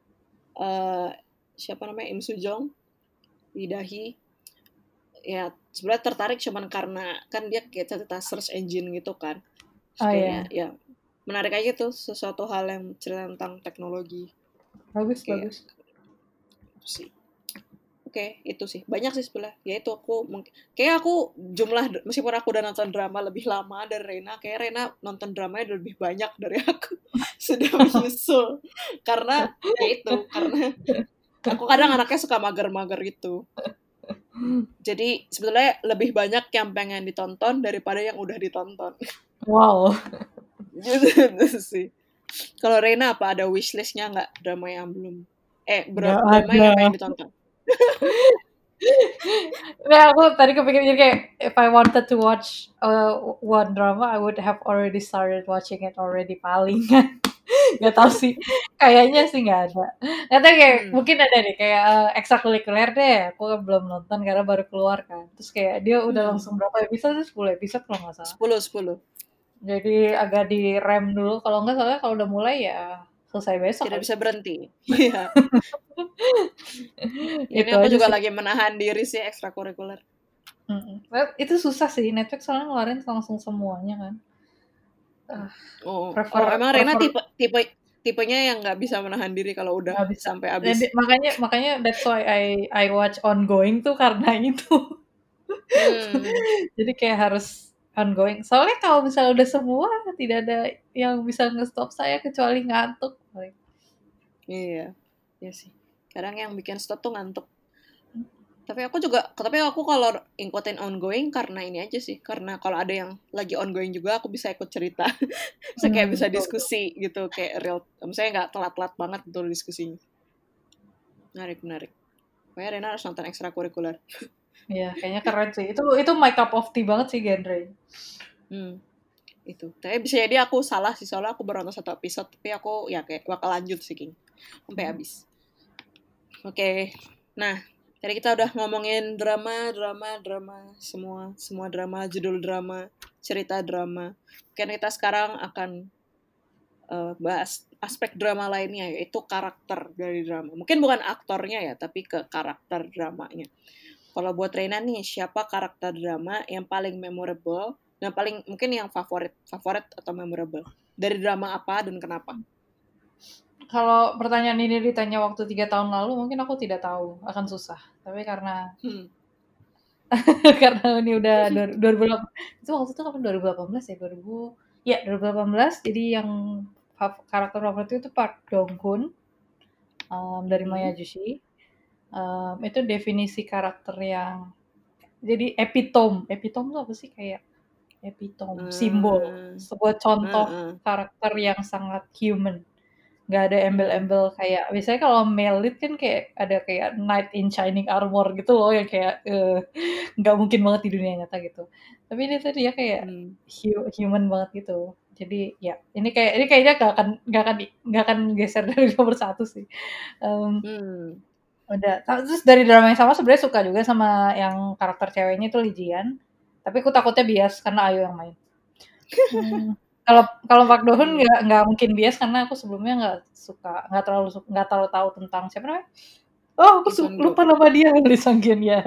siapa namanya, Im Soo Jong, Lee Dahi. Ya sebenarnya tertarik cuman karena kan dia kayak cerita search engine gitu kan. Kayaknya ya menarik aja tuh, sesuatu hal yang cerita tentang teknologi. Bagus. Sih. Oke, itu sih. Banyak sih sebelah. Ya itu kayak aku jumlah, meskipun aku udah nonton drama lebih lama dari Rena, kayak Rena nonton dramanya lebih banyak dari aku. Sudah menyusul. Karena aku kadang anaknya suka mager-mager gitu. Jadi sebetulnya lebih banyak yang pengen ditonton daripada yang udah ditonton. Wow. Gitu sih. Kalau Rena apa, ada wishlist-nya nggak drama yang belum? Drama yang pengen ditonton? Nah, aku tadi kepikiran kayak if I wanted to watch one drama, I would have already started watching it already paling kan. Gak tau sih, kayaknya sih gak ada. Nanti kayak mungkin ada deh kayak ekstrakurikuler deh. Aku belum nonton karena baru keluar kan. Terus kayak dia udah langsung berapa episode? 10 episode kalau nggak salah. 10. Jadi agak di rem dulu. Kalau nggak salah kalau udah mulai ya selesai besok. Tidak bisa berhenti. Iya. Ini aku juga lagi menahan diri sih ekstrakurikuler. Itu susah sih, Netflix soalnya ngeluarin langsung semuanya kan. Emang Rena tipenya yang nggak bisa menahan diri kalau udah sampai habis. Makanya that's why I watch ongoing tuh karena itu. Jadi kayak harus ongoing. Soalnya kalau misalnya udah semua, tidak ada yang bisa nge-stop saya kecuali ngantuk. Iya sih. Kadang yang bikin stop tuh ngantuk. Tapi aku kalau ngikutin ongoing karena ini aja sih. Karena kalau ada yang lagi ongoing juga, aku bisa ikut cerita. Saya kayak bisa diskusi gitu, kayak real. Misalnya nggak telat-telat banget betul diskusinya. Menarik. Pokoknya Rena harus nonton ekstrakurikuler. Iya, kayaknya keren sih. Itu my cup of tea banget sih genre. Itu. Tapi bisa jadi aku salah sih, soalnya aku baru nonton 1 episode, tapi aku ya kayak bakal lanjut sih, King. Sampai habis. Oke. Nah, tadi kita udah ngomongin drama, semua drama, judul drama, cerita drama. Mungkin kita sekarang akan bahas aspek drama lainnya, yaitu karakter dari drama. Mungkin bukan aktornya ya, tapi ke karakter dramanya. Kalau buat Rena nih, siapa karakter drama yang paling memorable dan paling mungkin yang favorit atau memorable? Dari drama apa dan kenapa? Kalau pertanyaan ini ditanya waktu 3 tahun lalu, mungkin aku tidak tahu, akan susah. Tapi karena karena ini udah 2018, itu waktu itu kapan? 2018 ya? 2018, jadi yang karakter favorit itu Park Dong-hoon dari Maya Jushi. Itu definisi karakter yang jadi epitome itu apa sih, kayak epitome, simbol, sebuah contoh karakter yang sangat human. Gak ada embel-embel kayak biasanya kalau male lead kan kayak ada kayak knight in shining armor gitu loh, yang kayak nggak mungkin banget di dunia nyata gitu. Tapi ini tuh dia kayak human banget gitu. Jadi ya ini kayaknya gak akan geser dari nomor 1 sih. Udah. Terus dari drama yang sama sebenarnya suka juga sama yang karakter ceweknya itu Lee Ji-yeon. Tapi aku takutnya bias karena Ayu yang main. Kalau Park Do-hoon nggak mungkin bias karena aku sebelumnya nggak terlalu tahu tentang siapa namanya. Oh, aku lupa nama dia, Lee Sang-geun ya.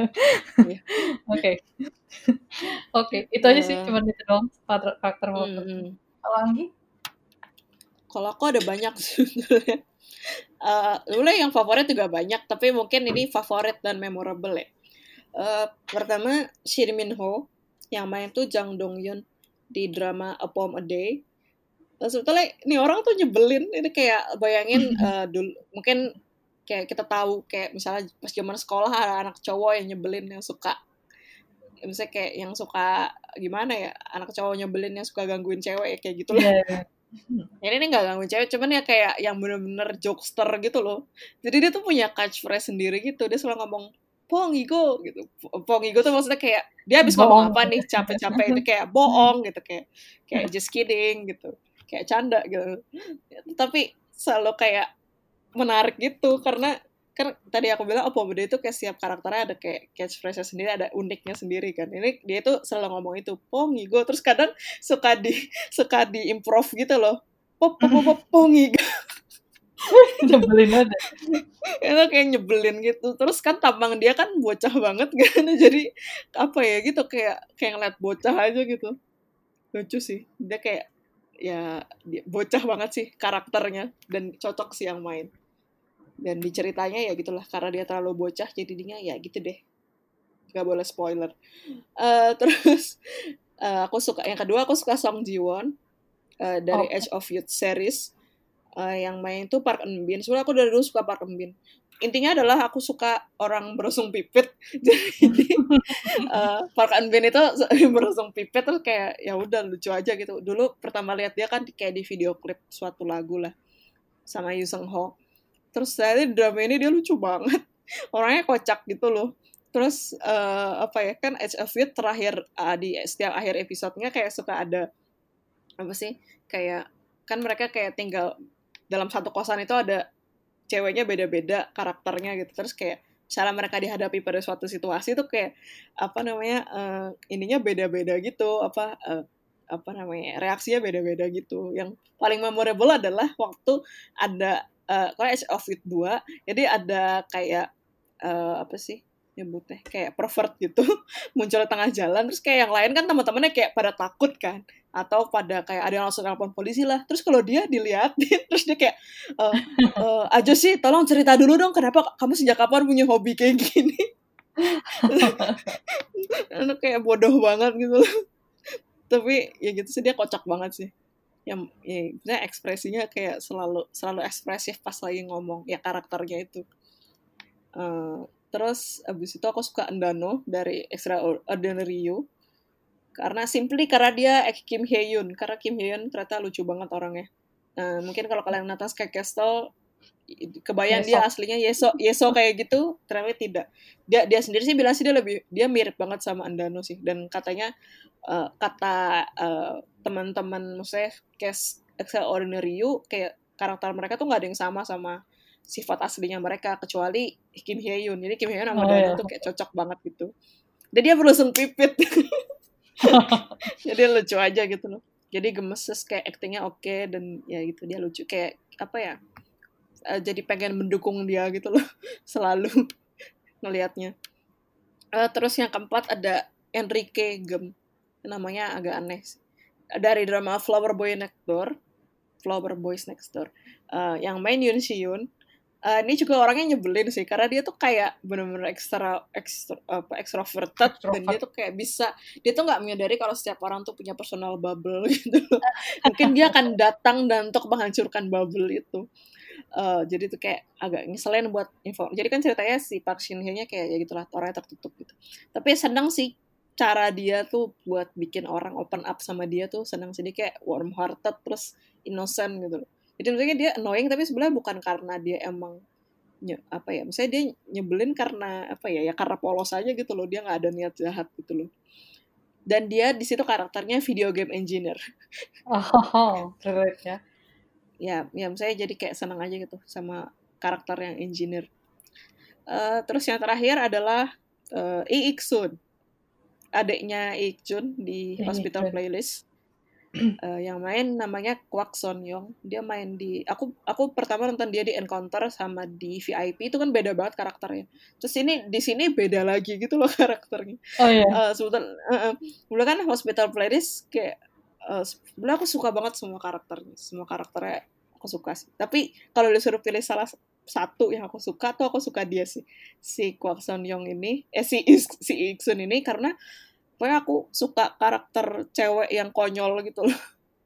Oke, itu aja sih, cuma itu doang karakter favorit. Kalau Anggi? Kalau aku ada banyak sebenarnya. Mulai yang favorit juga banyak, tapi mungkin ini favorit dan memorable ya. Pertama Shin Min-ho yang main tuh Jang Dong-yeon di drama A Poem a Day. Sebetulnya ini orang tuh nyebelin. Ini kayak bayangin dulu mungkin kayak kita tahu kayak misalnya pas zaman sekolah ada anak cowok yang nyebelin, yang suka misalnya kayak yang suka gimana ya, anak cowok nyebelin yang suka gangguin cewek kayak gitu loh. Jadi ini nggak gangguin cewek, cuman ya kayak yang bener-bener jokester gitu loh. Jadi dia tuh punya catchphrase sendiri gitu. Dia selalu ngomong Pongigo gitu. Pongigo tuh maksudnya kayak dia habis ngomong apa nih capek-capek itu kayak bohong gitu, kayak just kidding gitu, kayak canda gitu. Tapi selalu kayak menarik gitu, karena kan tadi aku bilang Oppo Bude itu kayak setiap karakternya ada kayak catchphrase sendiri, ada uniknya sendiri kan. Ini dia tuh selalu ngomong itu Pongigo, terus kadang suka di improv gitu loh, Pongigo. Nyebelin aja. Itu kayak nyebelin gitu. Terus kan tampang dia kan bocah banget kan, jadi apa ya gitu, kayak ngeliat bocah aja gitu. Lucu sih, dia kayak ya dia bocah banget sih karakternya, dan cocok sih yang main. Dan di ceritanya ya gitulah, karena dia terlalu bocah jadinya ya gitu deh, nggak boleh spoiler. Terus aku suka yang kedua, aku suka Song Ji Won dari Edge of Youth series. Yang main tuh Park Eun Bin. Sebenarnya aku dari dulu suka Park Eun Bin. Intinya adalah aku suka orang berusung pipit. Jadi Park Eun Bin itu berusung pipit, terus kayak ya udah lucu aja gitu. Dulu pertama lihat dia kan kayak di video klip suatu lagu lah sama Yoo Seung Ho. Terus saya di drama ini dia lucu banget. Orangnya kocak gitu loh. Terus apa ya, kan Edge of Youth terakhir di setiap akhir episodenya kayak suka ada apa sih, kayak kan mereka kayak tinggal dalam satu kosan, itu ada ceweknya beda-beda karakternya gitu. Terus kayak cara mereka dihadapi pada suatu situasi tuh kayak apa namanya, ininya beda-beda gitu, apa namanya, reaksinya beda-beda gitu. Yang paling memorable adalah waktu ada kalau Edge of Youth 2, jadi ada kayak apa sih nyebutnya, kayak pervert gitu muncul di tengah jalan, terus kayak yang lain kan teman-temannya kayak pada takut kan, atau pada kayak ada yang langsung telepon polisi lah. Terus kalau dia diliatin terus dia kayak Ajo sih, tolong cerita dulu dong, kenapa kamu sejak kapan punya hobi kayak gini. Anak kayak bodoh banget gitu. Tapi ya gitu sih, dia kocak banget sih. Yang ya, ekspresinya kayak selalu ekspresif pas lagi ngomong ya, karakternya itu. Terus abis itu aku suka Endano dari Extraordinary You, karena karena dia Kim Hye Yoon, karena Kim Hye Yoon ternyata lucu banget orangnya. Mungkin kalau kalian nonton Sky Castle kebayang dia aslinya Yeso kayak gitu, ternyata tidak. Dia sendiri sih bilang sih dia mirip banget sama Endano sih, dan katanya kata teman-teman maksudnya cast Extraordinary You, kayak karakter mereka tuh nggak ada yang sama sifat aslinya mereka, kecuali Kim Hye Yoon. Jadi Kim Hye Yoon sama Dano tuh kayak cocok banget gitu. Dan dia berusung pipit. Jadi lucu aja gitu loh. Jadi gemeses, kayak actingnya oke, dan ya gitu dia lucu, kayak apa ya, jadi pengen mendukung dia gitu loh selalu ngelihatnya. Terus yang keempat ada Enrique Gem, namanya agak aneh, dari drama Flower Boys Next Door. Yang main Yoon Si Yoon. Ini juga orangnya nyebelin sih, karena dia tuh kayak bener-bener extroverted, dan dia tuh kayak dia tuh nggak menyadari kalau setiap orang tuh punya personal bubble gitu. Mungkin dia akan datang dan untuk menghancurkan bubble itu. Jadi tuh kayak agak ngeselin buat info. Jadi kan ceritanya si Park Shin Hye-nya kayak ya gitulah, orangnya tertutup gitu. Tapi seneng sih cara dia tuh buat bikin orang open up sama dia tuh, seneng sih. Dia kayak warm hearted, terus innocent gitu loh. Jadi maksudnya dia annoying, tapi sebenarnya bukan karena dia emang apa ya, misalnya dia nyebelin karena apa ya, karena polos aja gitu loh, dia nggak ada niat jahat gitu loh. Dan dia di situ karakternya video game engineer. Relate ya. Ya misalnya jadi kayak seneng aja gitu sama karakter yang engineer. Terus yang terakhir adalah Lee Ik-sun, adiknya Lee Ik-jun di Hospital Playlist. Yang main namanya Kwak Son Young. Dia main di aku pertama nonton dia di Encounter sama di VIP, itu kan beda banget karakternya. Terus di sini beda lagi gitu loh karakternya. Oh iya. Sebetulnya kan Hospital Playlist kayak sebenarnya aku suka banget semua karakternya aku suka sih. Tapi kalau disuruh pilih salah satu yang aku suka dia sih, si Kwak Son Young ini, si Ik-sun ini, karena pokoknya aku suka karakter cewek yang konyol gitu loh.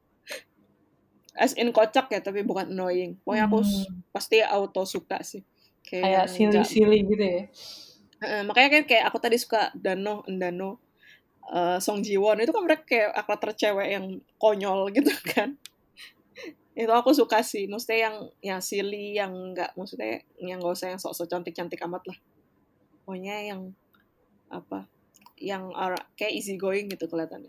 As in kocak ya, tapi bukan annoying. Pokoknya aku pasti auto suka sih. Kayak silly-silly gitu ya. Makanya kayak aku tadi suka Endano, Song Ji Won, itu kan mereka kayak karakter cewek yang konyol gitu kan. Itu aku suka sih. Maksudnya yang silly, yang nggak usah yang sok-sok cantik-cantik amat lah. Pokoknya yang apa, yang kayak easy going gitu kelihatannya.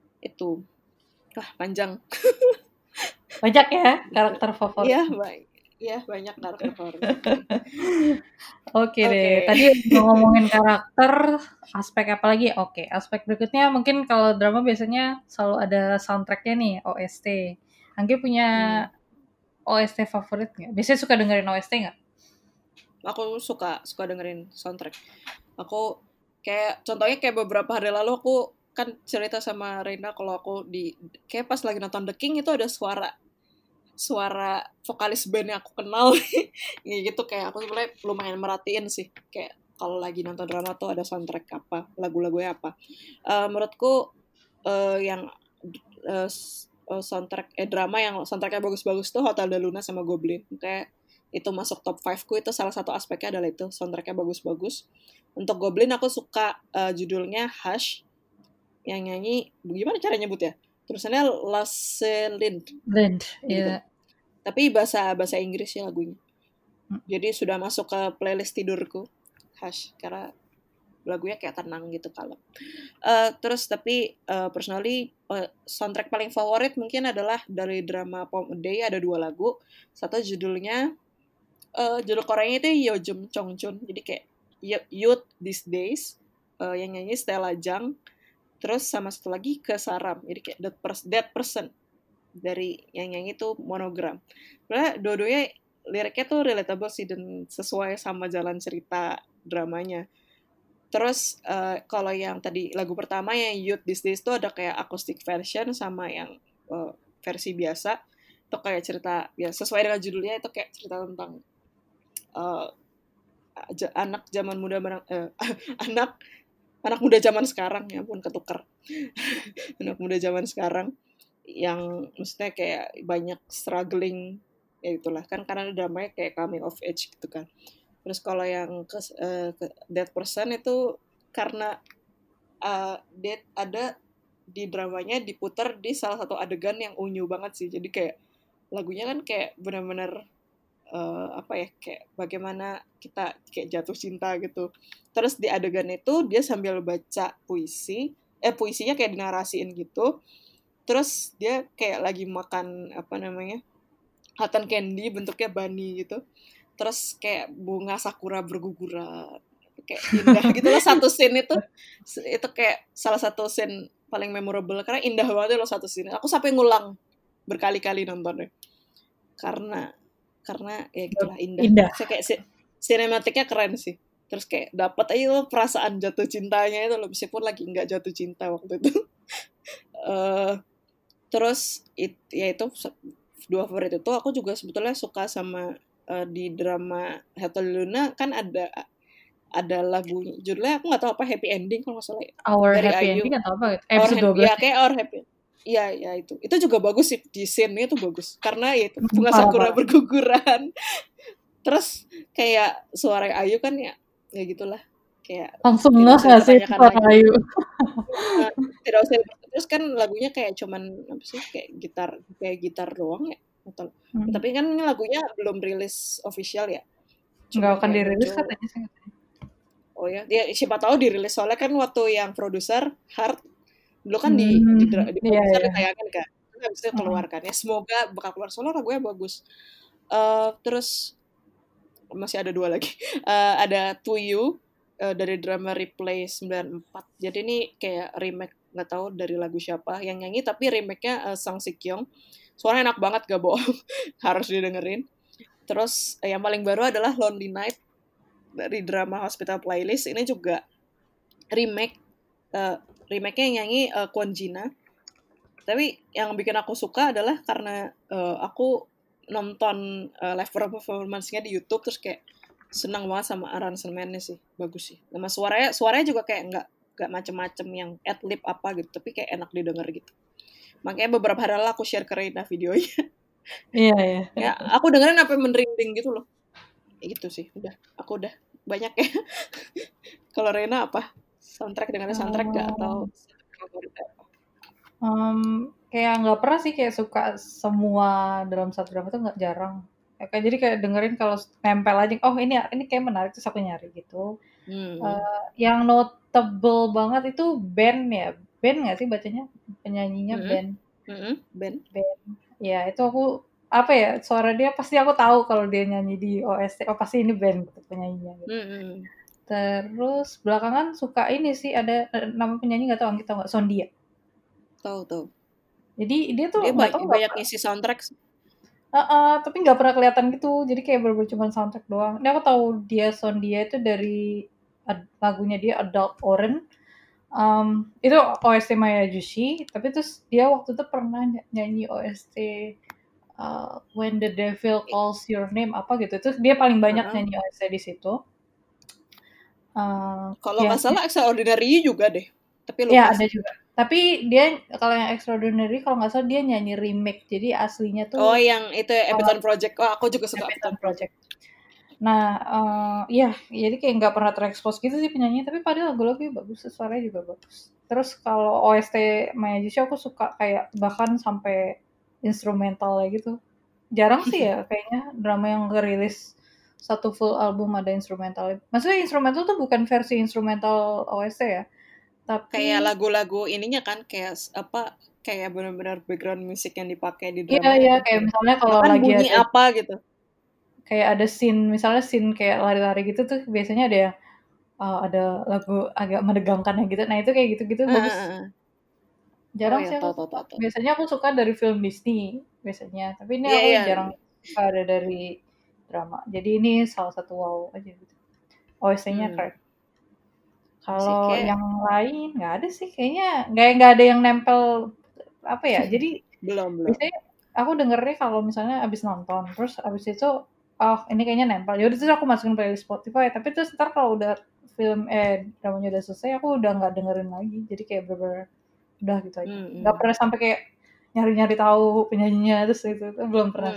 Itu. Wah, panjang. Banyak ya karakter favorit. Iya, baik. Iya, banyak karakter favorit. Oke deh, tadi ngomongin karakter, aspek apa lagi? Oke, aspek berikutnya mungkin kalau drama biasanya selalu ada soundtrack-nya nih, OST. Anggi punya OST favorit nggak? Biasanya suka dengerin OST nggak? Aku suka dengerin soundtrack. Aku kayak contohnya kayak beberapa hari lalu aku kan cerita sama Reina kalau aku kayak pas lagi nonton The King itu ada suara vokalis band yang aku kenal. Ya gitu, kayak aku sebenarnya lumayan merhatiin sih kayak kalau lagi nonton drama tuh ada soundtrack apa, lagu-lagunya apa. Menurutku yang soundtrack drama yang soundtracknya bagus-bagus tuh Hotel de Luna sama Goblin. Kayak itu masuk top 5 ku, itu salah satu aspeknya adalah itu soundtracknya bagus-bagus. Untuk Goblin aku suka judulnya Hush, yang nyanyi gimana cara nyebut ya, tulisannya Lind gitu. Tapi bahasa Inggris ya lagunya, jadi sudah masuk ke playlist tidurku Hush karena lagunya kayak tenang gitu kalau terus tapi personally soundtrack paling favorit mungkin adalah dari drama Pom a Day. Ada 2 lagu, satu judulnya judul Koreanya itu Yeojum Chongchun, jadi kayak Youth These Days, yang nyanyi Stella Jang. Terus sama satu lagi Kesaram, jadi kayak That Person dari yang nyanyi itu Monogram. Karena dua-duanya liriknya tuh relatable sih dan sesuai sama jalan cerita dramanya. Terus kalau yang tadi lagu pertama yang Youth These Days tuh ada kayak acoustic version sama yang versi biasa. Itu kayak cerita ya sesuai dengan judulnya, itu kayak cerita tentang anak zaman muda anak muda zaman sekarang, ya ampun ketukar. Anak muda zaman sekarang yang maksudnya kayak banyak struggling, ya itulah kan karena dramanya kayak coming of age gitu kan. Terus kalau yang That Person itu karena dia ada di dramanya diputar di salah satu adegan yang unyu banget sih, jadi kayak lagunya kan kayak benar-benar apa ya, kayak bagaimana kita kayak jatuh cinta gitu. Terus di adegan itu dia sambil baca puisinya kayak dinarasiin gitu. Terus dia kayak lagi makan apa namanya, cotton candy bentuknya bunny gitu. Terus kayak bunga sakura berguguran, kayak indah gitu loh. Satu scene itu kayak salah satu scene paling memorable karena indah banget loh satu scene. Aku sampai ngulang berkali-kali nontonnya karena ya gitulah indah. Saya kayak sinematiknya keren sih. Terus kayak dapat aja lo perasaan jatuh cintanya itu loh, meskipun lagi nggak jatuh cinta waktu itu. Terus ya itu 2 favorit itu. Aku juga sebetulnya suka sama di drama Hotel Luna kan ada lagu judulnya aku nggak tahu apa, Happy Ending kalau nggak salah ya. Our dari Happy IU. Ending atau apa gitu? Episode 12 ya kayak Our Happy. Iya itu juga bagus sih, di scene-nya itu bagus karena ya itu bunga sakura berguguran. Terus kayak suara Ayu kan ya gitulah, kayak langsung nggak sih suara Ayu. Tidak usah. Terus kan lagunya kayak cuman apa sih, kayak gitar doang ya atau tapi kan ini lagunya belum rilis official ya, nggak akan dirilis katanya sih. Oh ya siapa tahu dirilis, soalnya kan waktu yang produser Hard dulu kan di produser ditayangin kan, habis itu keluar kan ya, semoga bakal keluar soalnya lagunya bagus. Terus masih ada 2 lagi. Ada To You dari drama Replay 94. Jadi ini kayak remake, nggak tahu dari lagu siapa yang nyanyi, tapi remake-nya Sang Si-kyung. Suaranya enak banget, gak bohong. Harus didengerin. Terus yang paling baru adalah Lonely Night dari drama Hospital Playlist. Ini juga remake. Remake-nya yang nyanyi Kwon Jina. Tapi yang bikin aku suka adalah karena aku nonton live performance-nya di YouTube, terus kayak senang banget sama aransemennya sih, bagus sih. Sama suaranya juga kayak nggak macem-macem yang ad-lib apa gitu, tapi kayak enak didengar gitu. Makanya beberapa hari lalu aku share ke Reina videonya. Iya. Ya, aku dengerin sampai merinding gitu loh. Ya gitu sih, aku udah banyak ya. Kalau Reina apa? Dengerin soundtrack gak atau favorit apa? Kayak nggak pernah sih kayak suka semua dalam satu drama itu nggak, jarang. Jadi kayak dengerin kalau nempel aja, oh ini kayak menarik terus aku nyari gitu. Yang notable banget itu band ya, band nggak sih bacanya, penyanyinya band. Band. Ya itu aku apa ya, suara dia pasti aku tahu kalau dia nyanyi di OST, oh pasti ini band gitu, penyanyinya gitu. Terus belakangan suka ini sih, ada nama penyanyi nggak tahu, Anggit tahu nggak? Sondia. Tahu. Jadi dia tuh Dia nggak tahu nggak banyak ngisi soundtrack. tapi nggak pernah kelihatan gitu. Jadi kayak bener-bener cuma soundtrack doang. Ini aku tahu dia Sondia itu dari lagunya dia Adult Orange. Itu OST Maya Jushi, tapi terus dia waktu itu pernah nyanyi OST When the Devil Calls Your Name apa gitu. Terus dia paling banyak nyanyi OST di situ. Kalau nggak salah Extraordinary juga deh, tapi lupa. Ya ada juga. Tapi dia kalau yang Extraordinary kalau nggak salah dia nyanyi remake. Jadi aslinya tuh. Oh yang itu Epitone Project. Oh aku juga suka Epitone Project. Nah, iya, jadi kayak nggak pernah terekspos gitu sih penyanyi, tapi padahal lagu-lagunya bagus, suaranya juga bagus. Terus kalau OST Maya Jisho aku suka kayak bahkan sampai instrumentalnya gitu. Jarang sih ya kayaknya drama yang ngerilis satu full album ada instrumental. Maksudnya instrumental tuh bukan versi instrumental OST ya, tapi kayak lagu-lagu ininya kan kayak apa? Kayak benar-benar background musik yang dipakai di drama. Iya, kayak misalnya kalau bahkan lagi bunyi ada apa gitu. Kayak ada misalnya scene kayak lari-lari gitu tuh biasanya ada yang ada lagu agak menegangkan gitu. Nah itu kayak gitu-gitu bagus. Jarang sih aku suka. Biasanya aku suka dari film Disney biasanya. Tapi ini aku jarang suka ada dari drama. Jadi ini salah satu wow aja gitu. OST-nya keren. Kalau yang lain nggak ada sih kayaknya nggak ada yang nempel apa ya. Jadi belum. Biasanya aku dengernya kalau misalnya abis nonton, terus abis itu oh ini kayaknya nempel. Yaudah terus aku masukin playlist Spotify. Tapi terus ntar kalau udah dramanya udah selesai, aku udah nggak dengerin lagi. Jadi kayak bener-bener udah gitu aja. Nggak pernah sampai kayak nyari-nyari tahu penyanyinya terus itu belum pernah.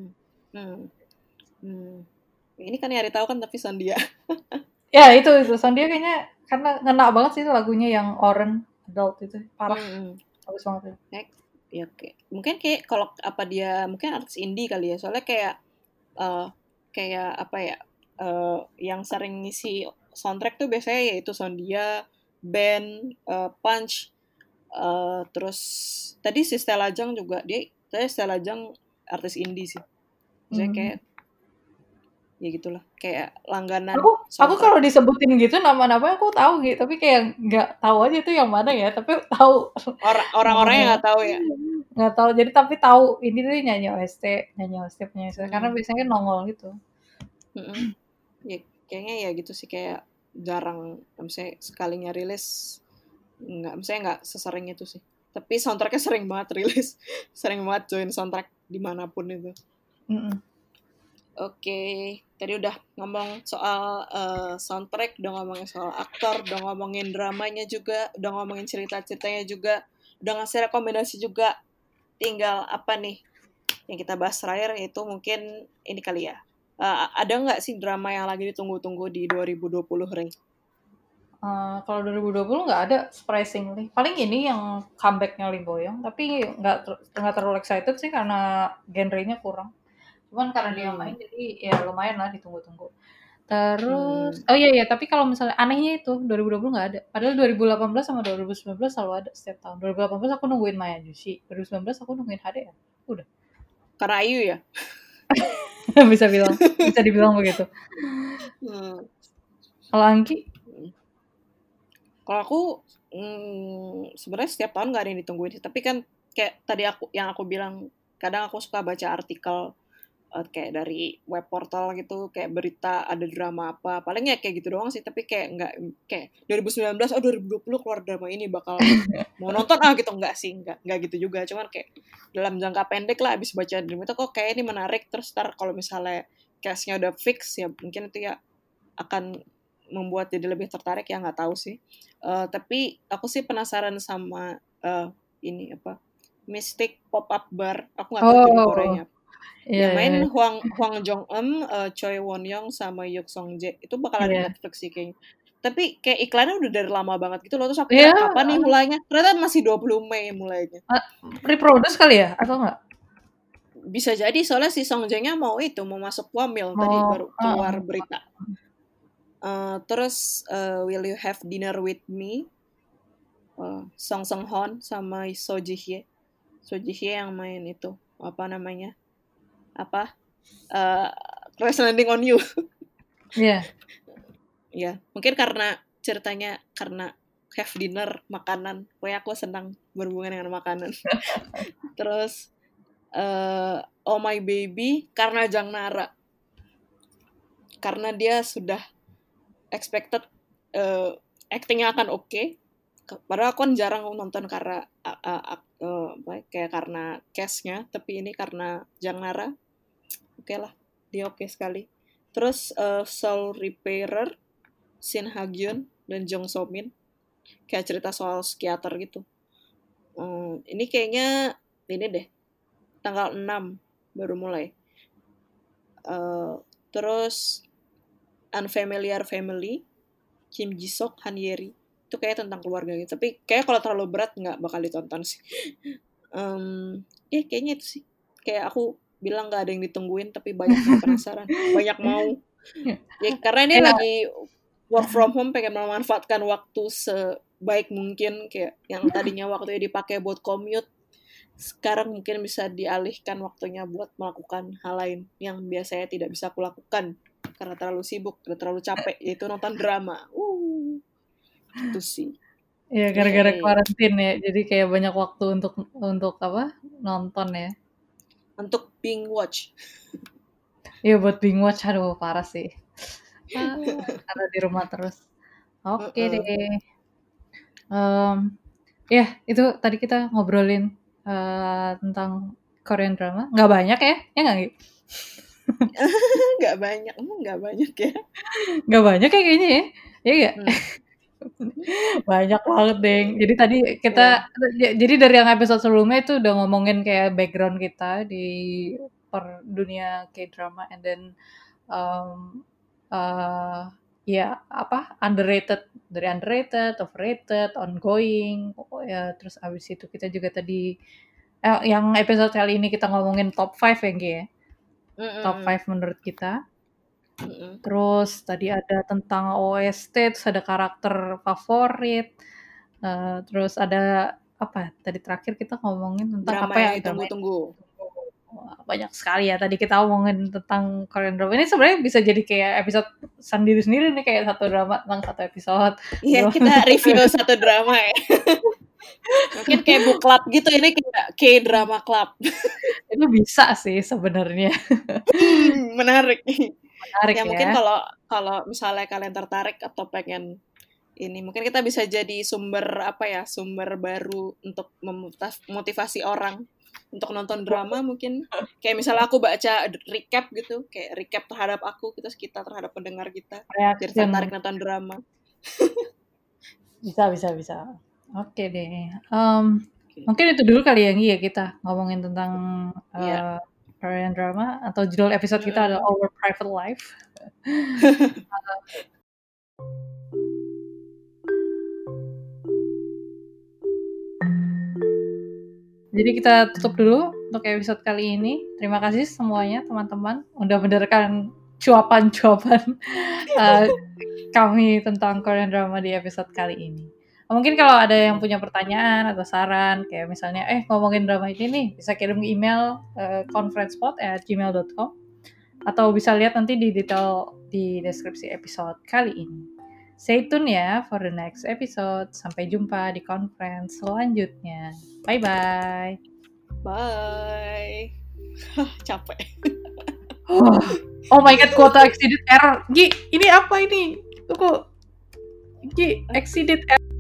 Ini kan nyari tahu kan tapi Sondia. Ya itu Sondia kayaknya karena ngena banget sih itu lagunya yang Orange Adult itu parah. Bagus banget. Ya oke. Mungkin kayak kalau apa dia mungkin artis indie kali ya. Soalnya kayak kayak apa ya? Yang sering ngisi soundtrack tuh biasanya yaitu Sondia, band, Punch, terus tadi si Stella Jang juga Stella Jang artis indie sih. Misalnya kayak ya gitulah kayak langganan. Aku kalau disebutin gitu nama-nama aku tahu gitu, tapi kayak nggak tahu aja itu yang mana ya. Tapi tahu orang-orangnya nggak tahu ya. Nggak tahu. Jadi tapi tahu ini tuh nyanyi OST karena biasanya nongol gitu. Ya, kayaknya ya gitu sih kayak jarang misalnya sekalinya rilis nggak sesering itu sih. Tapi soundtracknya sering banget rilis, sering banget join soundtrack dimanapun itu. Oke, tadi udah ngomong soal soundtrack, udah ngomongin soal aktor, udah ngomongin dramanya juga, udah ngomongin cerita-ceritanya juga, udah ngasih rekomendasi juga. Tinggal apa nih yang kita bahas terakhir yaitu mungkin ini kali ya. Ada nggak sih drama yang lagi ditunggu-tunggu di 2020, Ray? Kalau 2020 nggak ada, surprisingly. Paling ini yang comeback-nya Lee Boyong, tapi nggak terlalu excited sih karena genre-nya kurang. Cuman karena dia main, jadi ya lumayan lah ditunggu-tunggu. Terus, oh iya, tapi kalau misalnya anehnya itu 2020 nggak ada. Padahal 2018 sama 2019 selalu ada setiap tahun. 2018 aku nungguin Maya Jushi, 2019 aku nungguin HDR. Udah. Karena Ayu ya? bisa dibilang begitu. Kalau Angki? Kalau aku sebenarnya setiap tahun nggak ada yang ditungguin sih. Tapi kan kayak tadi yang aku bilang, kadang aku suka baca artikel kayak dari web portal gitu, kayak berita ada drama apa, paling ya kayak gitu doang sih. Tapi kayak nggak kayak 2019 2020 keluar drama ini bakal mau nonton gitu, nggak gitu juga. Cuman kayak dalam jangka pendek lah abis baca drama itu kok kayak ini menarik, terus ntar kalau misalnya cast-nya udah fix ya mungkin itu ya akan membuat jadi lebih tertarik, ya nggak tahu sih. Tapi aku sih penasaran sama ini apa Mystic Pop-Up Bar, aku nggak tahu judul Koreanya. Yang main Hwang Jong-eum, Choi Won-young sama Yuk Song-jae. Itu bakal ada Netflix sih kayaknya. Tapi kayak iklannya udah dari lama banget gitu loh. Terus aku kira kapan nih mulainya? Ternyata masih 20 Mei mulainya. Reproduce kali ya? Atau enggak? Bisa jadi, soalnya si Song-jae-nya mau masuk Wamil. Tadi baru keluar berita. Terus Will You Have Dinner With Me? Song Seung-hoon sama So Ji Hye. So Ji Hye yang main itu. Apa namanya? Crash Landing on You. Iya. Ya, mungkin karena ceritanya karena have dinner, makanan. Pokoknya aku senang berhubungan dengan makanan. Terus Oh My Baby karena Jang Nara. Karena dia sudah expected actingnya akan oke. Padahal aku kan jarang nonton karena kayak karena cast-nya, tapi ini karena Jang Nara. Oke lah, dia oke sekali. Terus Soul Repairer, Shin Ha-gyun dan Jong So-min, kayak cerita soal psikiater gitu. Ini kayaknya ini deh, tanggal 6 baru mulai. Terus Unfamiliar Family, Kim Ji-sok, Han Ye-ri, itu kayak tentang keluarga gitu. Tapi kayak kalau terlalu berat nggak bakal ditonton sih. Kayaknya itu sih. Kayak aku bilang nggak ada yang ditungguin, tapi banyak yang penasaran, banyak mau. Ya karena ini lagi work from home, pengen memanfaatkan waktu sebaik mungkin. Kayak yang tadinya waktunya dipakai buat commute, sekarang mungkin bisa dialihkan waktunya buat melakukan hal lain yang biasanya tidak bisa aku lakukan karena terlalu sibuk, terlalu capek, yaitu nonton drama. Itu sih. Iya, gara-gara karantin ya. Jadi kayak banyak waktu untuk apa? Nonton ya. Untuk binge watch. Iya, buat binge watch, aduh parah sih. Karena di rumah terus. Oke deh. Ya, itu tadi kita ngobrolin tentang Korean drama. Nggak banyak ya? Ya nggak, Gi? Nggak banyak ya. Nggak banyak ya kayaknya ya? Iya nggak? Banyak banget, deh. Jadi tadi kita, jadi dari yang episode sebelumnya itu udah ngomongin kayak background kita di per dunia K-drama, and then underrated, dari underrated, overrated, ongoing, ya. Terus abis itu kita juga tadi yang episode kali ini kita ngomongin top 5 ya, Gi ya. Top 5 menurut kita. Terus tadi ada tentang OST, terus ada karakter favorit, terus ada apa? Tadi terakhir kita ngomongin tentang drama apa ya? Tunggu-tunggu. Banyak sekali ya tadi kita ngomongin tentang Korean drama. Ini sebenarnya bisa jadi kayak episode sendiri-sendiri nih, kayak satu drama tentang satu episode. Iya, kita review satu drama ya. Mungkin kayak book club gitu, ini kayak K-drama club. Itu bisa sih sebenarnya. Menarik ya. Mungkin kalau misalnya kalian tertarik atau pengen ini, mungkin kita bisa jadi sumber baru untuk memotivasi orang untuk nonton drama. Mungkin kayak misalnya aku baca recap gitu, kayak recap terhadap aku, kita terhadap pendengar kita, jadi tertarik nonton drama. Bisa. Oke deh. Mungkin itu dulu kali ya kita ngomongin tentang Korean drama, atau judul episode kita adalah Our Private Life. Jadi kita tutup dulu untuk episode kali ini. Terima kasih semuanya teman-teman udah mendengarkan cuapan-cuapan kami tentang Korean drama di episode kali ini. Mungkin kalau ada yang punya pertanyaan atau saran, kayak misalnya ngomongin drama ini nih, bisa kirim email conferencepod@gmail.com, atau bisa lihat nanti di detail di deskripsi episode kali ini. Stay tune ya for the next episode. Sampai jumpa di conference selanjutnya. Bye-bye. Bye. Capek. Oh my god, quota exceeded error. Gi, ini apa ini? Tunggu. Gi, exceeded error.